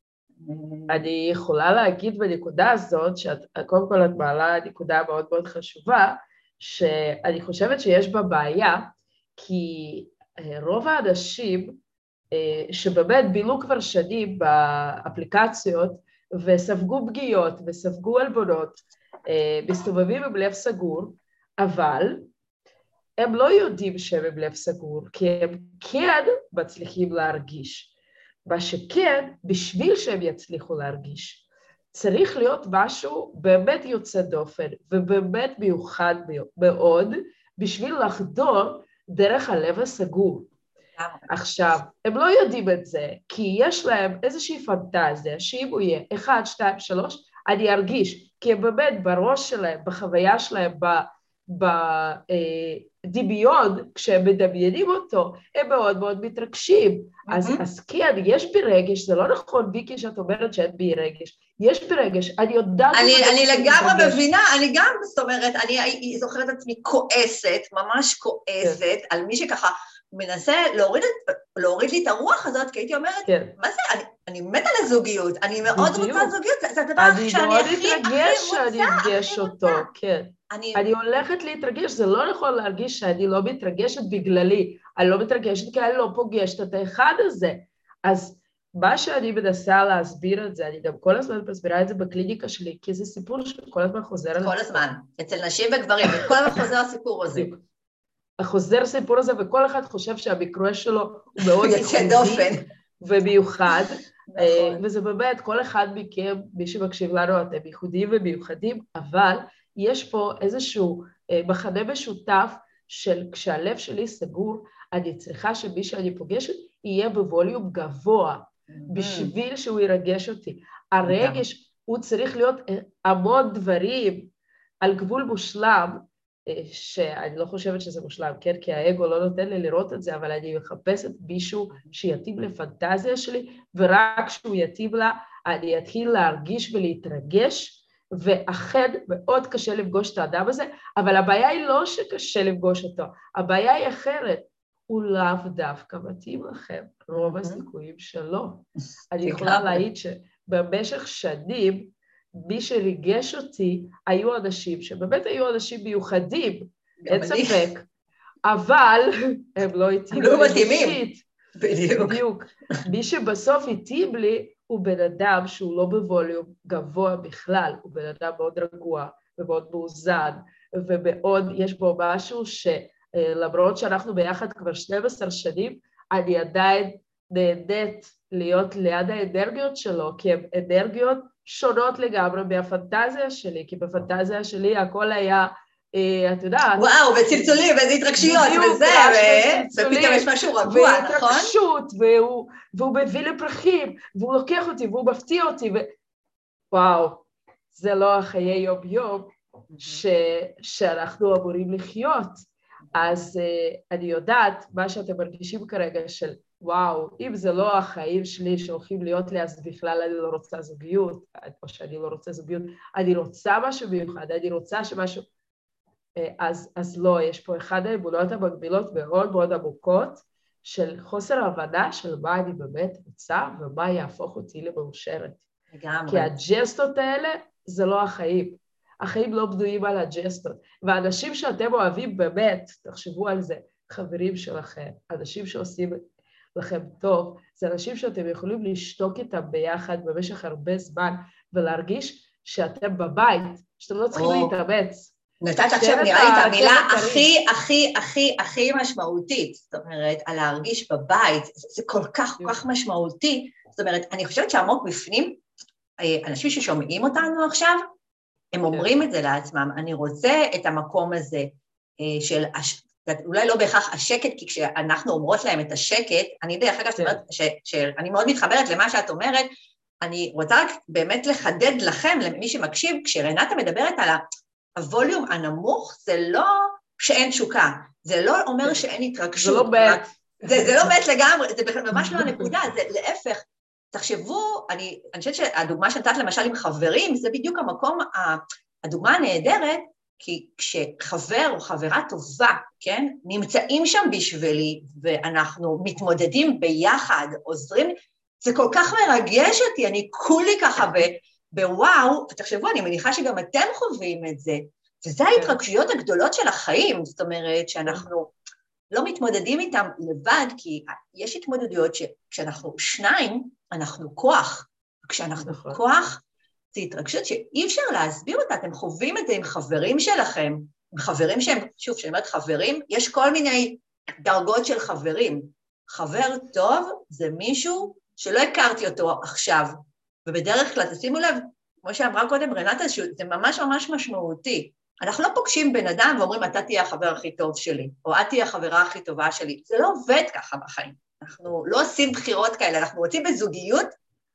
אני יכולה להגיד בנקודה הזאת, שקודם כל את מעלה נקודה מאוד מאוד חשובה, שאני חושבת שיש בה בעיה, כי רוב האנשים שבאמת בילו כבר שנים באפליקציות, וספגו פגיעות וספגו עלבונות, מסתובבים עם לב סגור, אבל הם לא יודעים שהם עם לב סגור, כי הם כן מצליחים להרגיש. מה שכן, בשביל שהם יצליחו להרגיש, צריך להיות משהו באמת יוצא דופן, ובאמת מיוחד מאוד, בשביל לחדור דרך הלב הסגור. עכשיו, הם לא יודעים את זה, כי יש להם איזושהי פנטזיה, שאם הוא יהיה 1, 2, 3, אני ארגיש, כי הם באמת בראש שלהם, בחוויה שלהם, בדמיון, כשהם מדמיינים אותו, הם מאוד מאוד מתרגשים. אז כן, יש בי רגש, זה לא נכון, ויקי, שאת אומרת שאין בי רגש, יש בי רגש, אני יודעת... אני לגמרי מבינה, אני גם, זאת אומרת, אני זוכרת עצמי כועסת, ממש כועסת, על מי שככה מנסה להוריד לי את הרוח הזאת, כי הייתי אומרת, מה זה, אני מתה לזוגיות, אני מאוד רוצה זוגיות, זה הדבר שאני הכי רוצה. אני הולכת להתרגש, זה לא יכול להרגיש שאני לא מתרגשת בגללי, אני לא מתרגשת כי אני לא פוגשת את האחד הזה. אז מה שאני מנסה להסביר את זה, אני גם כל הזמן מסבירה את זה בקליניקה שלי, כי זה סיפור שכל הזמן חוזר על זה. כל הזמן, אצל נשים וגברים, וכל הזמן חוזר הסיפור הזה. חוזר הסיפור הזה, וכל אחד חושב שהמקרה שלו הוא מאוד ייחודי ומיוחד, וזה באמת, כל אחד מכם, מי שמקשיב לנו, אתם ייחודיים ומיוחדים, אבל יש פה איזשהו מחנה משותף של כשהלב שלי סגור, אני צריכה שמי שאני פוגשת יהיה בווליום גבוה, בשביל שהוא ירגש אותי. הרגש הוא צריך להיות המון דברים על גבול מושלם, שאני לא חושבת שזה מושלם, כן? כי האגו לא נותן לי לראות את זה, אבל אני מחפשת מישהו שיתאים לפנטזיה שלי, ורק כשהוא יתאים לה, אני אתחיל להרגיש ולהתרגש, ואכן מאוד קשה לפגוש את האדם הזה, אבל הבעיה היא לא שקשה לפגוש אותו, הבעיה היא אחרת, הוא לאו דווקא מתאים לכם, רוב הסיכויים שלו. אני יכולה להעיד שבמשך שנים, מי שריגש אותי היו אנשים שבאמת היו אנשים מיוחדים, אין ספק, אבל הם לא התאימו לי. בדיוק. מי שבסוף התאים לי הוא בן אדם שהוא לא בווליום גבוה בכלל, הוא בן אדם מאוד רגוע ומאוד מאוזן, ומאוד יש בו משהו שלמרות שאנחנו ביחד כבר 12 שנים, אני עדיין נהנית להיות ליד האנרגיות שלו, כי הן אנרגיות שונות לגמרי מהפנטזיה שלי, כי בפנטזיה שלי הכל היה, את יודעת... וואו, וצלצולים, ואיזה התרגשויות, וזה, ופתאום יש משהו רגוע, נכון? והתרגשות, והוא מביא לפרחים, והוא לוקח אותי, והוא מפתיע אותי, וואו, זה לא החיי יום-יום שאנחנו אמורים לחיות. אז אני יודעת מה שאתם מרגישים כרגע של, וואו, אם זה לא החיים שלי שהולכים להיות לי, אז בכלל אני לא רוצה זוגיות, או שאני לא רוצה זוגיות, אני רוצה משהו מיוחד, אני רוצה שמשהו... אז לא, יש פה אחד האמונות המקבילות מאוד מאוד עמוקות, של חוסר הבנה של מה אני באמת רוצה, ומה יהפוך אותי למאושרת. לגמרי. כי הג'סטות האלה זה לא החיים. החיים לא בנויים על הג'סטות. והאנשים שאתם אוהבים באמת, תחשבו על זה, חברים שלכם, אנשים שעושים לכם טוב, זה אנשים שאתם יכולים לשתוק איתם ביחד במשך הרבה זמן, ולהרגיש שאתם בבית, שאתם לא צריכים להתאמץ. נתת עכשיו נראה לי את המילה הכי משמעותית, זאת אומרת, על להרגיש בבית, זה כל כך משמעותי, זאת אומרת, אני חושבת שעמוק בפנים, אנשים ששומעים אותנו עכשיו, הם אומרים את זה לעצמם, אני רוצה את המקום הזה של, אולי לא בהכרח השקט, כי כשאנחנו אומרות להם את השקט, אני דרך אגב, שאני מאוד מתחברת למה שאת אומרת, אני רוצה רק באמת לחדד לכם, למי שמקשיב, כשרנטה מדברת על הווליום הנמוך, זה לא שאין תשוקה, זה לא אומר שאין התרגשות. זה לא בית. זה לא בית לגמרי, זה ממש לא הנקודה, זה להפך. תחשבו, אני חושבת שהדוגמה שנתת למשל עם חברים, זה בדיוק המקום, הדוגמה הנהדרת, כי כשחבר או חברה טובה, כן, נמצאים שם בשבילי, ואנחנו מתמודדים ביחד, עוזרים, זה כל כך מרגש אותי, אני כולי ככה בוואו, ותחשבו, אני מניחה שגם אתם חווים את זה, וזה ההתרגשויות הגדולות של החיים, זאת אומרת שאנחנו לא מתמודדים איתם לבד, כי יש התמודדויות שכשאנחנו שניים, אנחנו כוח, וכשאנחנו כוח, זה התרגשות שאי אפשר להסביר אותה, אתם חווים את זה עם חברים שלכם, עם חברים שהם, שוב, שאני אומרת חברים, יש כל מיני דרגות של חברים, חבר טוב זה מישהו שלא הכרתי אותו עכשיו, ובדרך כלל, תשימו לב, כמו שאמרה קודם רנטה, זה ממש ממש משמעותי. אנחנו לא פוגשים בן אדם ואומרים, אתה תהיה החבר הכי טוב שלי, או את תהיה החברה הכי טובה שלי. זה לא עובד ככה בחיים. אנחנו לא עושים בחירות כאלה, אנחנו רוצים בזוגיות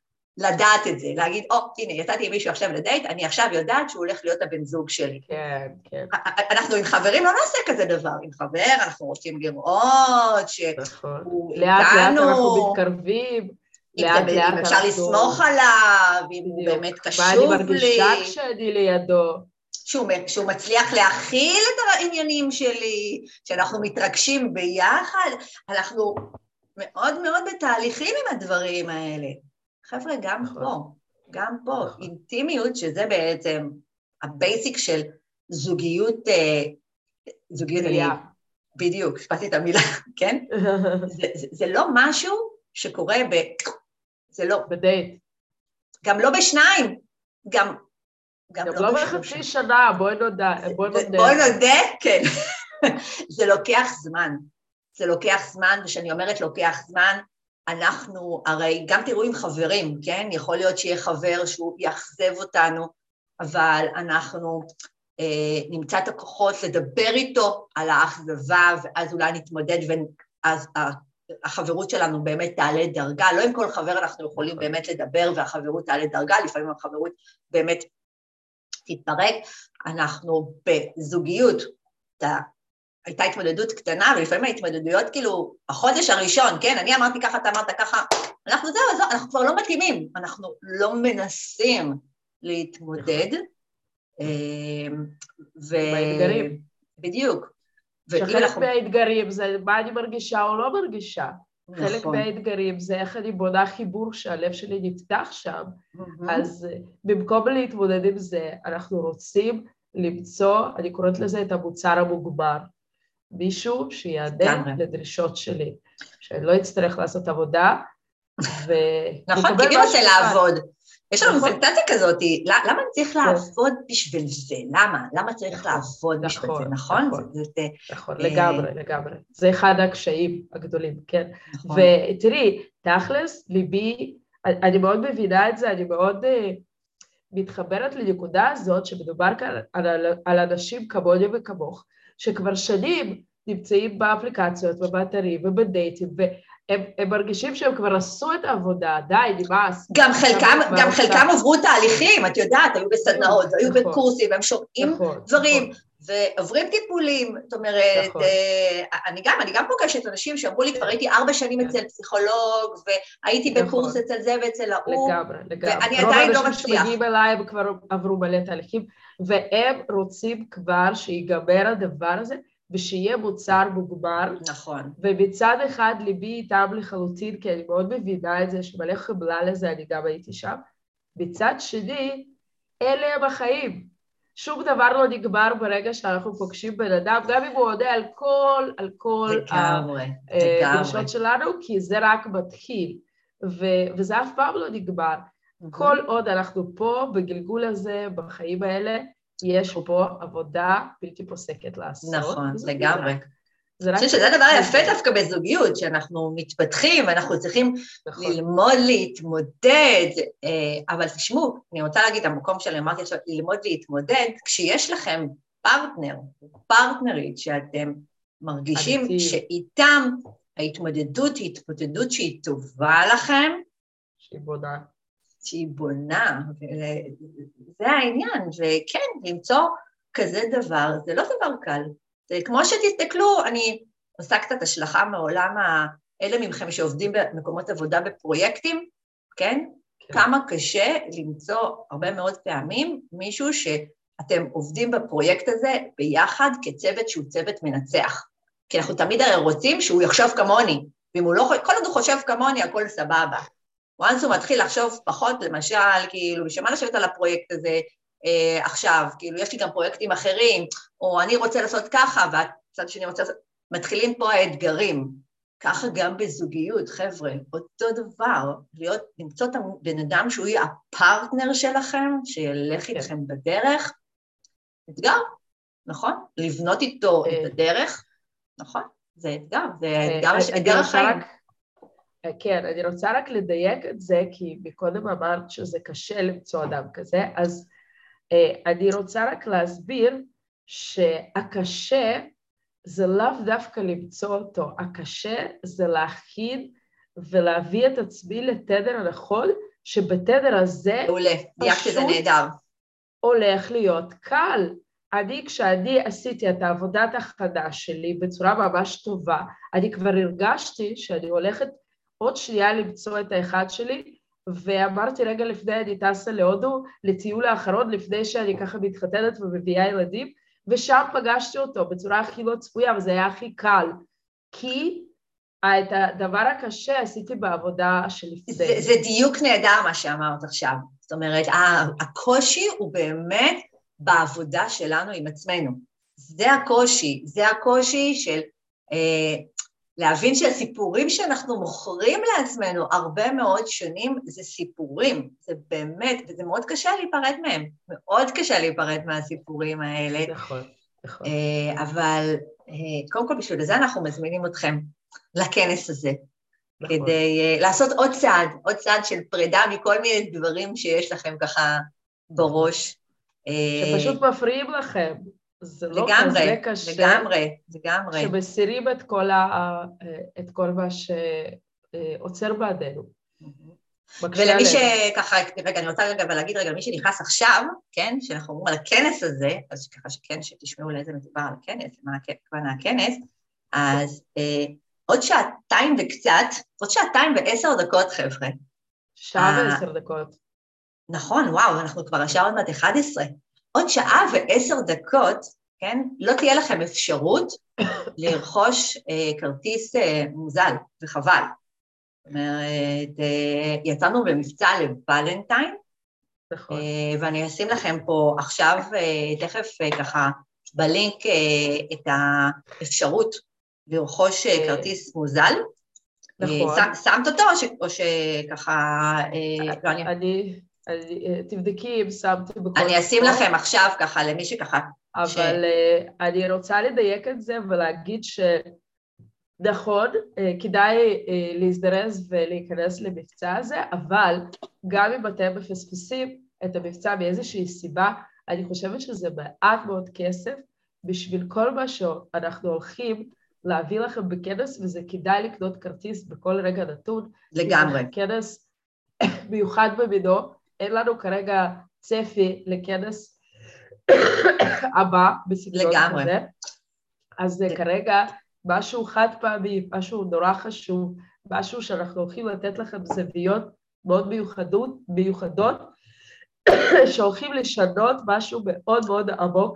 לדעת את זה, להגיד, הנה, יצאתי עם מישהו עכשיו לדייט, אני עכשיו יודעת שהוא הולך להיות הבן זוג שלי. כן, כן. אנחנו עם חברים לא נעשה כזה דבר, עם חבר אנחנו רוצים לראות שהוא איתנו. לאט לאט אנחנו מתקרבים. אם אפשר לסמוך עליו, אם הוא באמת קשוב לי. מה אני מרגישה כשאני לידו. שהוא מצליח להכיל את העניינים שלי, שאנחנו מתרגשים ביחד, אנחנו מאוד מאוד בתהליכים עם הדברים האלה. חבר'ה, גם פה, אינטימיות, שזה בעצם הבייסיק של זוגיות, בדיוק, שפעתי את המילה, כן? זה לא משהו שקורה זה לא. בדייט. גם לא בשניים, גם לא בחצי שנה, בואי נודה. כן. זה לוקח זמן, ושאני אומרת לוקח זמן, אנחנו, הרי גם תראו עם חברים, כן? יכול להיות שיהיה חבר שהוא יאכזב אותנו, אבל אנחנו נמצא את הכוחות לדבר איתו על האכזבה, ואז אולי נתמודד, ואז החברות שלנו באמת תעלה דרגה, לא עם כל חבר אנחנו יכולים באמת לדבר, והחברות תעלה דרגה, לפעמים החברות באמת תתפרק, אנחנו בזוגיות, הייתה התמודדות קטנה, ולפעמים ההתמודדויות כאילו, החודש הראשון, כן, אני אמרתי ככה, אתה אמרת ככה, אנחנו אנחנו כבר לא מתאימים, אנחנו לא מנסים להתמודד, באתגרים. בדיוק. שחלק מהאתגרים זה מה אני מרגישה או לא מרגישה. חלק מהאתגרים זה איך אני בונה חיבור שהלב שלי נפתח שם, אז במקום להתמודד עם זה, אנחנו רוצים למצוא, אני קוראת לזה את המוצר המוגמר, מישהו שיענה לדרישות שלי, שאני לא אצטרך לעשות עבודה, נכון, כי מי רוצה לעבוד? יש לנו פנטציה כזאת, למה צריך לעבוד בשביל זה? למה צריך לעבוד בשביל זה, נכון? נכון, לגמרי. זה אחד הקשיים הגדולים, כן? ותראי, תכלס, ליבי, אני מאוד מבינה את זה, אני מאוד מתחברת לנקודה הזאת, שמדובר כאן על אנשים כמוני וכמוך, שכבר שנים נמצאים באפליקציות, בבטרים ובדייטים, הם מרגישים שהם כבר עשו את העבודה, די, נמאס. גם חלקם עברו תהליכים, את יודעת, היו בסדנאות, היו בקורסים, הם שומעים דברים, ועוברים טיפולים, זאת אומרת, אני גם פוגשת אנשים שאמרו לי, כבר הייתי 4 שנים אצל פסיכולוג, והייתי בקורס אצל זה ואצל ההוא, ואני עדיין לא מצליח. רוב האנשים שמגיעים אליי, הם כבר עברו מלא תהליכים, והם רוצים כבר שיגמר הדבר הזה, ושיהיה מוצר מוגמר. נכון. ובצד אחד ליבי איתם לחלוטין, כי אני מאוד מבינה את זה, שמלא חמלה לזה, אני גם הייתי שם. בצד שני, אלה הם החיים. שום דבר לא נגמר ברגע שאנחנו פוגשים בן אדם, גם אם הוא עונה על כל הדרישות שלנו, כי זה רק מתחיל, וזה אף פעם לא נגמר. כל עוד אנחנו פה, בגלגול הזה, בחיים האלה, יש פה עבודה בלתי פוסקת לעשות. נכון, לגמרי. אני חושבת שזה הדבר היפה דווקא בזוגיות, שאנחנו מתפתחים, ואנחנו צריכים ללמוד להתמודד, אבל תשמעו, אני רוצה להגיד, המקום שאני אמרתי עכשיו, ללמוד להתמודד, כשיש לכם פרטנר, פרטנרית, שאתם מרגישים שאיתם ההתמודדות היא התמודדות שהיא טובה לכם, שהיא בונה, זה העניין, וכן, למצוא כזה דבר, זה לא דבר קל. זה כמו שתסתכלו, אני עושה קצת השלכה מעולם האלה ממכם שעובדים במקומות עבודה בפרויקטים, כן? כמה קשה למצוא הרבה מאוד פעמים מישהו שאתם עובדים בפרויקט הזה ביחד כצוות שהוא צוות מנצח. כי אנחנו תמיד הרי רוצים שהוא יחשוב כמוני, ואם הוא לא, כל עוד הוא חושב כמוני, הכל סבבה. ואז הוא מתחיל לחשוב פחות, למשל, כאילו, בשביל מה לשבת על הפרויקט הזה, עכשיו, כאילו, יש לי גם פרויקטים אחרים, או אני רוצה לעשות ככה, והצד שני רוצה לעשות, מתחילים פה האתגרים, ככה גם בזוגיות, חבר'ה, אותו דבר, למצוא את הבן אדם שהוא יהיה הפרטנר שלכם, שילך איתכם בדרך, אתגר, נכון? לבנות איתו את הדרך, נכון? זה אתגר, זה אתגר החיים. כן, אני רוצה רק לדייק את זה, כי מקודם אמרת שזה קשה למצוא אדם כזה, אז אני רוצה רק להסביר שהקשה זה לאו דווקא למצוא אותו, הקשה זה להכין ולהביא את עצמי לתדר הנכון, שבתדר הזה פשוט הולך להיות קל. כשאני עשיתי את העבודת הכנה שלי בצורה ממש טובה, אני כבר הרגשתי שאני הולכת עוד שנייה למצוא את האחד שלי, ואמרתי רגע לפני, אני טסה להודו, לטיול האחרון, לפני שאני ככה מתחתנת ומביאה ילדים, ושם פגשתי אותו בצורה הכי לא צפויה, וזה היה הכי קל, כי את הדבר הקשה עשיתי בעבודה שלפני. זה דיוק נהדר מה שאמרת עכשיו, זאת אומרת, הקושי הוא באמת בעבודה שלנו עם עצמנו, זה הקושי של להבין שהסיפורים שאנחנו מוכרים לעצמנו הרבה מאוד שנים, זה סיפורים, זה באמת, וזה מאוד קשה להיפרד מהם, מאוד קשה להיפרד מהסיפורים האלה. נכון, נכון. אבל קודם כל בשביל זה אנחנו מזמינים אתכם לכנס הזה, נכון. כדי לעשות עוד צעד של פרידה מכל מיני דברים שיש לכם ככה בראש. שפשוט מפריעים לכם. זה לא כזה קשה. לגמרי. שמסירים את כל מה שעוצר בעדנו. ולמי שככה, רגע, אני רוצה להגיד למי שנכנס עכשיו, כן, שאנחנו אומרים על הכנס הזה, אז ככה שכן, שתשמעו לאיזה מדובר על הכנס, מה הכוונה הכנס, אז עוד 2 וקצת, עוד 2:10, חבר'ה. 1:10. נכון, וואו, אנחנו כבר השעה עוד מעט 11. עוד 1:10, כן? לא תהיה לכם אפשרות לרכוש כרטיס מוזל, וחבל. זאת אומרת, יצאנו במבצע לוולנטיין, נכון. ואני אשים לכם פה עכשיו, תכף ככה, בלינק את האפשרות לרכוש כרטיס מוזל. נכון. שמת אותו או שככה... תבדקי אם שמתי בכל... אני אשים לכם עכשיו ככה, למי שככה... אבל אני רוצה לדייק את זה ולהגיד שנכון, כדאי להזדרז ולהיכנס למבצע הזה, אבל גם אם אתם מפספסים את המבצע מאיזושהי סיבה, אני חושבת שזה מעט מאוד כסף בשביל כל מה שאנחנו הולכים להביא לכם בכנס, וזה כדאי לקנות כרטיס בכל רגע נתון. לגמרי. כנס מיוחד במינו, אין לנו כרגע צפי לכנס הבא בסגנון כזה, אז זה כרגע משהו חד פעמי, משהו נורא חשוב, משהו שאנחנו הולכים לתת לכם זוויות מאוד מיוחדות, שהולכים לשנות משהו מאוד מאוד עמוק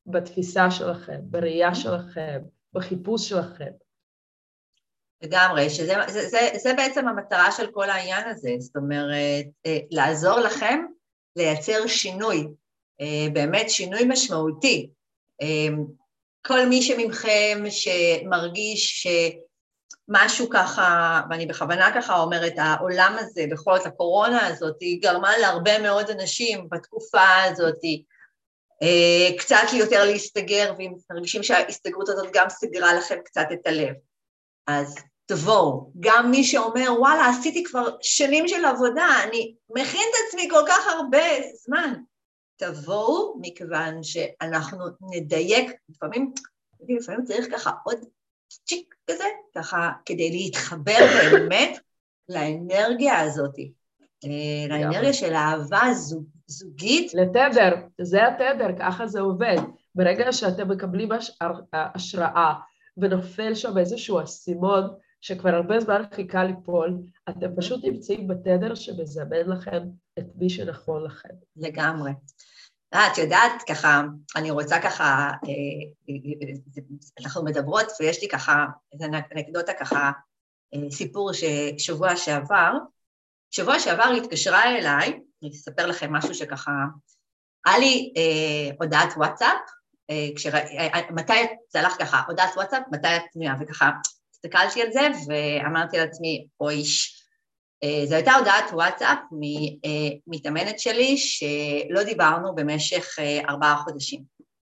בתפיסה שלכם, בראייה שלכם, בחיפוש שלכם. לגמרי, זה בעצם המטרה של כל העניין הזה, זאת אומרת, לעזור לכם לייצר שינוי, באמת שינוי משמעותי. כל מי שממכם שמרגיש שמשהו ככה, ואני בכוונה ככה אומרת, העולם הזה, בכל זאת הקורונה הזאת, היא גרמה להרבה מאוד אנשים בתקופה הזאת, קצת יותר להסתגר, ואם מרגישים שההסתגרות הזאת גם סגרה לכם קצת את הלב. אז תבואו, גם מי שאומר, וואלה, עשיתי כבר שנים של עבודה, אני מכין את עצמי כל כך הרבה זמן. תבואו, מכיוון שאנחנו נדייק, לפעמים צריך ככה עוד צ'יק כזה, ככה כדי להתחבר באמת לאנרגיה הזאת, לאנרגיה של האהבה זוגית. לתדר, זה התדר, ככה זה עובד. ברגע שאתם מקבלים השראה, ונופל שם איזשהו אסימון, שכבר הרבה זמן חיכה ליפול, אתם פשוט נמצאים בתדר שמזמן לכם את מי שנכון לכם. לגמרי. את יודעת, ככה, אני רוצה ככה, אנחנו מדברות, ויש לי ככה, איזו אנקדוטה ככה, סיפור ששבוע שעבר התקשרה אליי, אני אספר לכם משהו שככה, היה לי הודעת וואטסאפ, מתי צלח ככה, הודעת וואטסאפ, מתי את פנויה, וככה הסתכלתי על זה, ואמרתי לעצמי, אויש, זו הייתה הודעת וואטסאפ מתאמנת שלי, שלא דיברנו במשך 4 חודשים.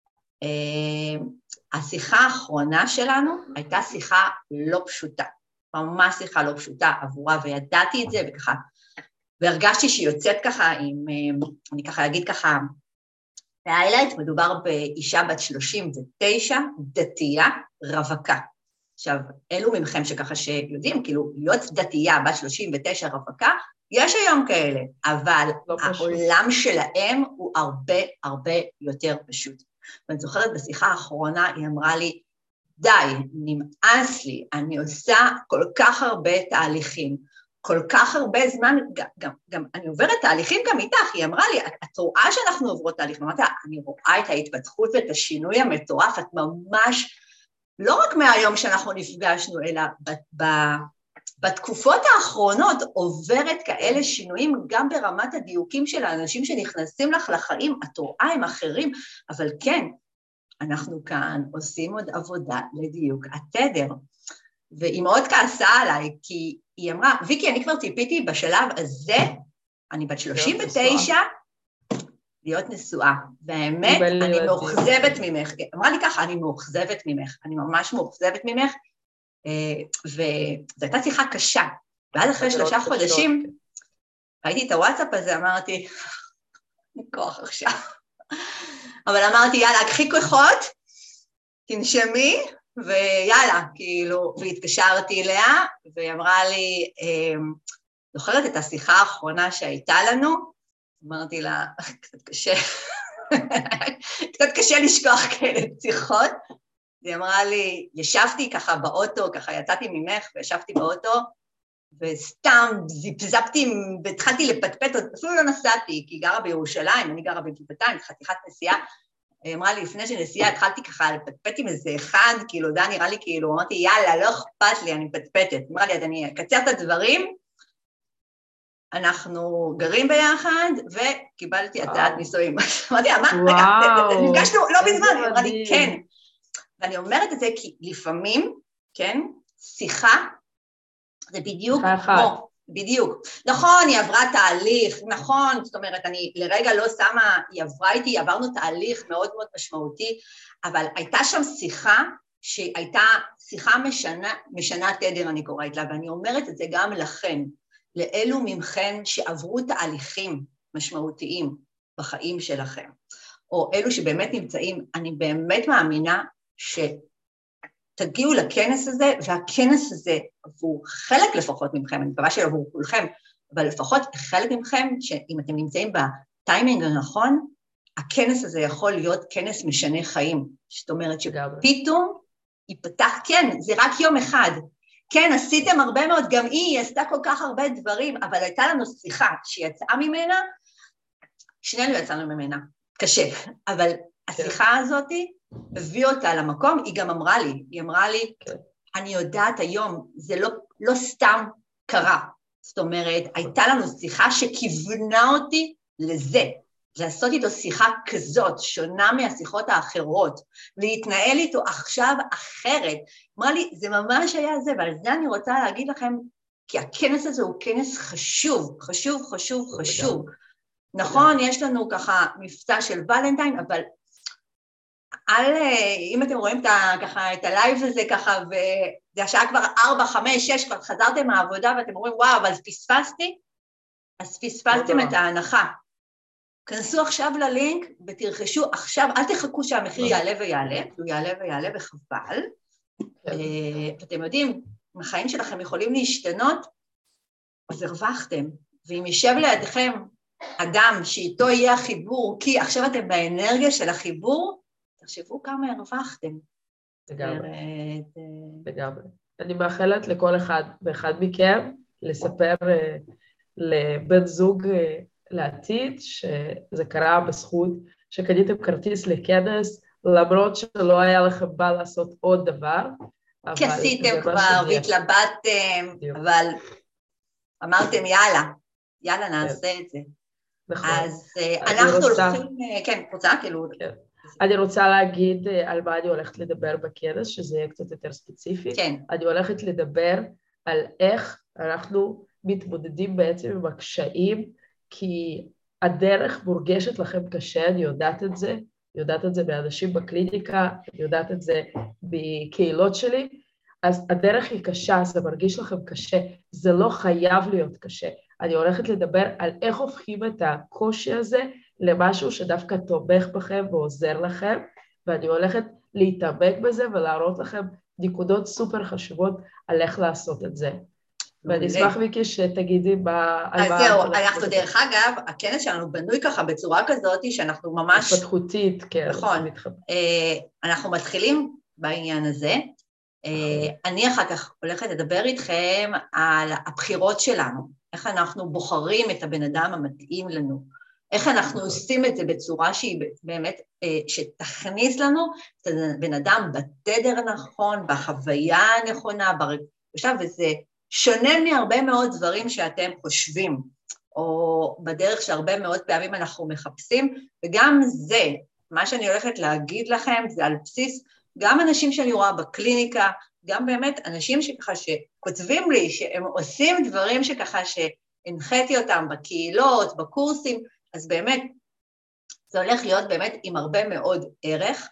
השיחה האחרונה שלנו הייתה שיחה לא פשוטה, ממש שיחה לא פשוטה עבורה, וידעתי את זה, וככה, והרגשתי שהיא יוצאת ככה עם, אני ככה אגיד ככה, והיילייט, מדובר באישה בת 39, דתייה, רווקה. עכשיו, אלו ממכם שככה שיודעים, כאילו, להיות דתייה בת 39 רווקה, יש היום כאלה, אבל לא העולם שלהם הוא הרבה הרבה יותר פשוט. ואני זוכרת בשיחה האחרונה, היא אמרה לי, די, נמאס לי, אני עושה כל כך הרבה תהליכים, כל כך הרבה זמן, גם אני עוברת תהליכים גם איתך, היא אמרה לי, את רואה שאנחנו עוברות תהליכים, אמרתי, אני רואה את ההתפתחות ואת השינוי המטורף, את ממש, לא רק מהיום שאנחנו נפגשנו, אלא בתקופות האחרונות עוברת כאלה שינויים, גם ברמת הדיוקים של האנשים שנכנסים לך לחיים, את רואה הם אחרים, אבל כן, אנחנו כאן עושים עוד עבודה לדיוק התדר, והיא מאוד כעסה עליי, כי היא אמרה, ויקי, אני כבר ציפיתי בשלב הזה, אני בת 39, להיות נשואה, והאמת, אני מאוכזבת ממך, אמרה לי ככה, אני מאוכזבת ממך, אני ממש מאוכזבת ממך, וזו הייתה שיחה קשה, ואז אחרי 3 חודשים, ראיתי את הוואטסאפ הזה, אמרתי, אין כוח עכשיו, אבל אמרתי, יאללה, קחי כוחות, תנשמי, ויאללה, כאילו, והתקשרתי אליה, והיא אמרה לי, זוכרת את השיחה האחרונה שהייתה לנו? אמרתי לה, קצת קשה, קצת קשה לשכוח כאלה שיחות. היא אמרה לי, ישבתי ככה באוטו, ככה יצאתי ממך וישבתי באוטו, וסתם זיפזפתי והתחלתי לפטפט, אפילו לא נסעתי, כי היא גרה בירושלים, אני גרה בגבעתיים, חתיכת נסיעה, היא אמרה לי, לפני שנסיעה התחלתי ככה לפטפט עם איזה אחד, כאילו, דה נראה לי כאילו, אמרתי, יאללה, לא אכפת לי, אני מפטפטת. אמרה לי, אני אקצר את הדברים, אנחנו גרים ביחד, וקיבלתי הצעת נישואים. אמרתי, מה? רגע, נפגשנו לא בזמן, היא אמרה לי, כן. ואני אומרת את זה כי לפעמים, כן, שיחה, זה בדיוק כמו, בדיוק. נכון, היא עברה תהליך, נכון, זאת אומרת, אני לרגע לא שמה, היא עברה איתי, עברנו תהליך מאוד מאוד משמעותי, אבל הייתה שם שיחה, שהייתה שיחה משנה תדר, אני קוראת לה, ואני אומרת את זה גם לכן, לאלו ממכן שעברו תהליכים משמעותיים בחיים שלכם, או אלו שבאמת נמצאים, אני באמת מאמינה שתגיעו לכנס הזה, והכנס הזה עבור חלק לפחות ממכם, אני מקווה שעבור כולכם, אבל לפחות חלק ממכם, שאם אתם נמצאים בטיימינג הנכון, הכנס הזה יכול להיות כנס משנה חיים, זאת אומרת שפתאום ייפתח, כן, זה רק יום אחד, כן, עשיתם הרבה מאוד, גם היא עשתה כל כך הרבה דברים, אבל הייתה לנו שיחה שיצאה ממנה, שנינו יצאנו ממנה, קשה, אבל השיחה הזאת הביא אותה למקום, היא גם אמרה לי, אני יודעת היום, זה לא סתם קרה, זאת אומרת, הייתה לנו שיחה שכיוונה אותי לזה, לעשות איתו שיחה כזאת, שונה מהשיחות האחרות, להתנהל איתו עכשיו אחרת. אמרה לי, זה ממש היה זה, ועל זה אני רוצה להגיד לכם, כי הכנס הזה הוא כנס חשוב, חשוב, חשוב, חשוב. נכון, יש לנו ככה מבצע של ולנטיין, אבל אם אתם רואים ככה את הלייב הזה ככה, וזה השעה כבר 4, 5, 6, כבר חזרתם מהעבודה, ואתם אומרים, וואו, אבל פספסתי, אז פספסתם את ההנחה. כנסו עכשיו ללינק ותרכשו עכשיו, אל תחכו שהמחיר יעלה ויעלה, הוא יעלה ויעלה וחבל. אתם יודעים, החיים שלכם יכולים להשתנות, אז הרווחתם. ואם יישב לידכם אדם שאיתו יהיה החיבור, כי עכשיו אתם באנרגיה של החיבור, תחשבו כמה הרווחתם. לגמרי. אני מאחלת לכל אחד ואחד מכם לספר לבן זוג לעתיד, שזה קרה בזכות שקניתם כרטיס לכנס, למרות שלא היה לכם בא לעשות עוד דבר. כי עשיתם כבר והתלבטתם, אבל אמרתם יאללה נעשה את זה. נכון. אז אנחנו הולכים, כן, רוצה כאילו... אני רוצה להגיד על מה אני הולכת לדבר בכנס, שזה יהיה קצת יותר ספציפי. כן. אני הולכת לדבר על איך אנחנו מתמודדים בעצם עם הקשיים, כי הדרך מורגשת לכם קשה, אני יודעת את זה מאנשים בקליניקה, אני יודעת את זה בקהילות שלי, אז הדרך היא קשה, זה מרגיש לכם קשה, זה לא חייב להיות קשה. אני הולכת לדבר על איך הופכים את הקושי הזה למשהו שדווקא תומך בכם ועוזר לכם, ואני הולכת להתעמק בזה ולהראות לכם נקודות סופר חשובות על איך לעשות את זה. ואני אשמח מיקי שתגידי אז זהו, אנחנו דרך אגב, הכנס שלנו בנוי ככה בצורה כזאת שאנחנו ממש... התפתחותית, כן. נכון. אנחנו מתחילים בעניין הזה. אני אחר כך הולכת לדבר איתכם על הבחירות שלנו, איך אנחנו בוחרים את הבן אדם המתאים לנו, איך אנחנו עושים את זה בצורה שהיא באמת, שתכניס לנו את הבן אדם בתדר הנכון, בחוויה הנכונה, וזה שונה מהרבה מאוד דברים שאתם חושבים, או בדרך שהרבה מאוד פעמים אנחנו מחפשים, וגם זה, מה שאני הולכת להגיד לכם, זה על בסיס, גם אנשים שאני רואה בקליניקה, גם באמת אנשים שככה שכותבים לי, שהם עושים דברים שככה שהנחיתי אותם בקהילות, בקורסים, אז באמת, זה הולך להיות באמת עם הרבה מאוד ערך.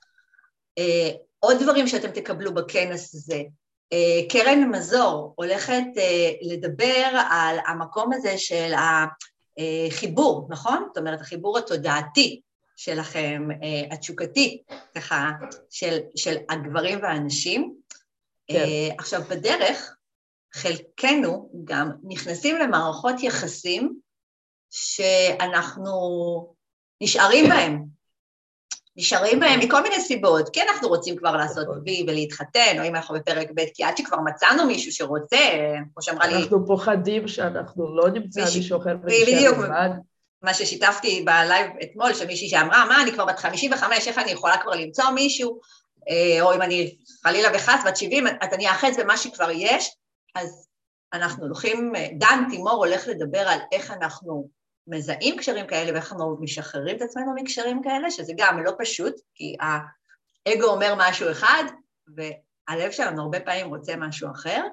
עוד דברים שאתם תקבלו בכנס הזה, קרן מזור הולכת לדבר על המקום הזה של החיבור, נכון? זאת אומרת, החיבור התודעתי שלכם, התשוקתי, ככה, של הגברים והאנשים. כן. עכשיו, בדרך, חלקנו גם נכנסים למערכות יחסים שאנחנו נשארים בהם מכל מיני סיבות, כי אנחנו רוצים כבר לעשות וי ולהתחתן, או אם אנחנו בפרק ב', כי עד שכבר מצאנו מישהו שרוצה, כמו שאמרה לי... אנחנו פוחדים שאנחנו לא נמצא מישהו אחר ונשאר לבד. מה ששיתפתי בלייב אתמול, שמישהי שאמרה, מה, אני כבר בת 55, איך אני יכולה כבר למצוא מישהו, או אם אני חלילה וחס, בת 70, אז אני אאחז במה שכבר יש, אז אנחנו הולכים, דן תימור הולך לדבר על איך אנחנו מזהים קשרים כאלה, ואיך אנחנו משחררים את עצמנו מקשרים כאלה, שזה גם לא פשוט, כי האגו אומר משהו אחד, והלב שלנו הרבה פעמים רוצה משהו אחר,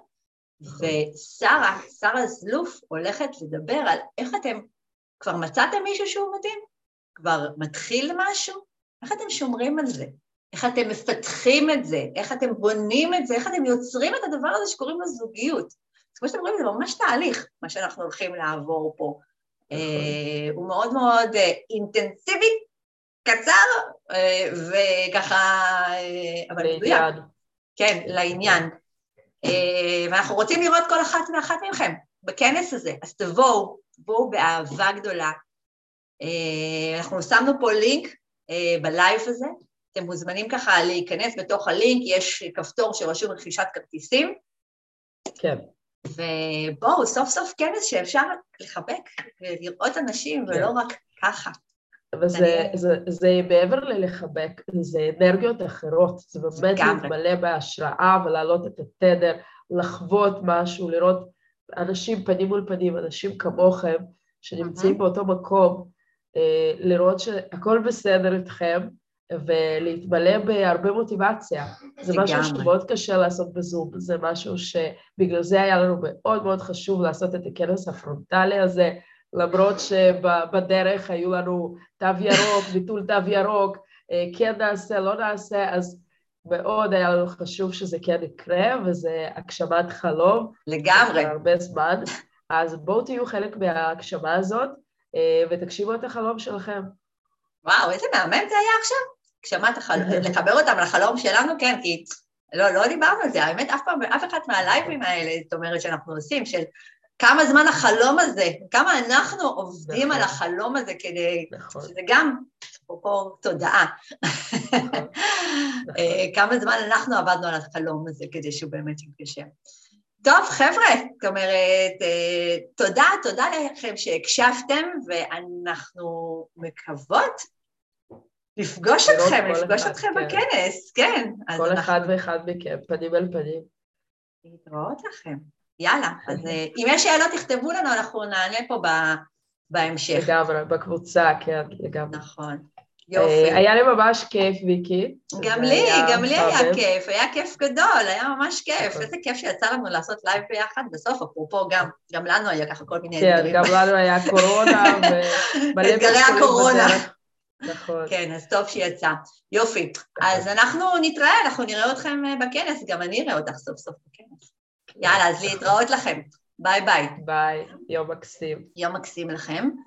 ושרה זלוף הולכת לדבר על איך אתם כבר מצאתם מישהו שהוא מדהים, כבר מתחיל משהו, איך אתם שומרים על זה, איך אתם מפתחים את זה, איך אתם בונים את זה, איך אתם יוצרים את הדבר הזה שקוראים לו זוגיות. אז כמו שאתם רואים, זה ממש תהליך, מה שאנחנו הולכים לעבור פה. הוא מאוד מאוד אינטנסיבי, קצר, וככה, אבל מדויק. כן, לעניין. ואנחנו רוצים לראות כל אחת ואחת מכם בכנס הזה, אז תבואו באהבה גדולה. אנחנו שמנו פה לינק בלייב הזה, אתם מוזמנים ככה להיכנס בתוך הלינק, יש כפתור שרשום רכישת כרטיסים. כן. ובואו, סוף סוף כנס שאפשר לחבק ולראות אנשים, ולא רק ככה. וזה מעבר ללחבק, זה אנרגיות אחרות, זה באמת להתמלא בהשראה ולהעלות את התדר, לחוות משהו, לראות אנשים פנים מול פנים, אנשים כמוכם, שנמצאים באותו מקום, לראות שהכל בסדר איתכם, ולהתמלא בהרבה מוטיבציה. זה משהו שמאוד קשה לעשות בזום, זה משהו שבגלל זה היה לנו מאוד מאוד חשוב לעשות את הכנס הפרונטלי הזה, למרות שבדרך היו לנו תו ירוק, ביטול תו ירוק, כן נעשה, לא נעשה, אז מאוד היה לנו חשוב שזה כן יקרה, וזה הגשמת חלום. לגמרי. הרבה זמן. אז בואו תהיו חלק מההגשמה הזאת, ותקשיבו את החלום שלכם. וואו, איזה מהמם זה היה עכשיו. הגשמת החלום, לחבר אותם לחלום שלנו, כן, כי לא דיברנו על זה, האמת, אף אחד מהלייבים האלה, זאת אומרת שאנחנו עושים, של כמה זמן החלום הזה, כמה אנחנו עובדים על החלום הזה כדי, שזה גם פה תודעה. כמה זמן אנחנו עבדנו על החלום הזה כדי שהוא באמת יתגשם. טוב, חבר'ה, זאת אומרת, תודה לכם שהקשבתם, ואנחנו מקוות לפגוש אתכם בכנס, כן. כל אחד ואחד מכם, פנים אל פנים. להתראות לכם. יאללה, אז אם יש שאלות תכתבו לנו, אנחנו נענה פה בהמשך. לגמרי, בקבוצה, כן, לגמרי. נכון, יופי. היה לי ממש כיף, ויקי. גם לי היה כיף גדול, היה ממש כיף. איזה כיף שיצא לנו לעשות לייב ביחד, בסוף, אפרופו גם לנו היה ככה כל מיני אתגרים. כן, גם לנו היה קורונה, אתגרי הקורונה. נכון. כן, אז טוב שיצא. יופי. אז אנחנו נתראה, אנחנו נראה אתכם בכנס, גם אני אראה אותך סוף סוף בכנס. יאללה, אז להתראות לכם. ביי ביי. ביי, יום מקסים. יום מקסים לכם.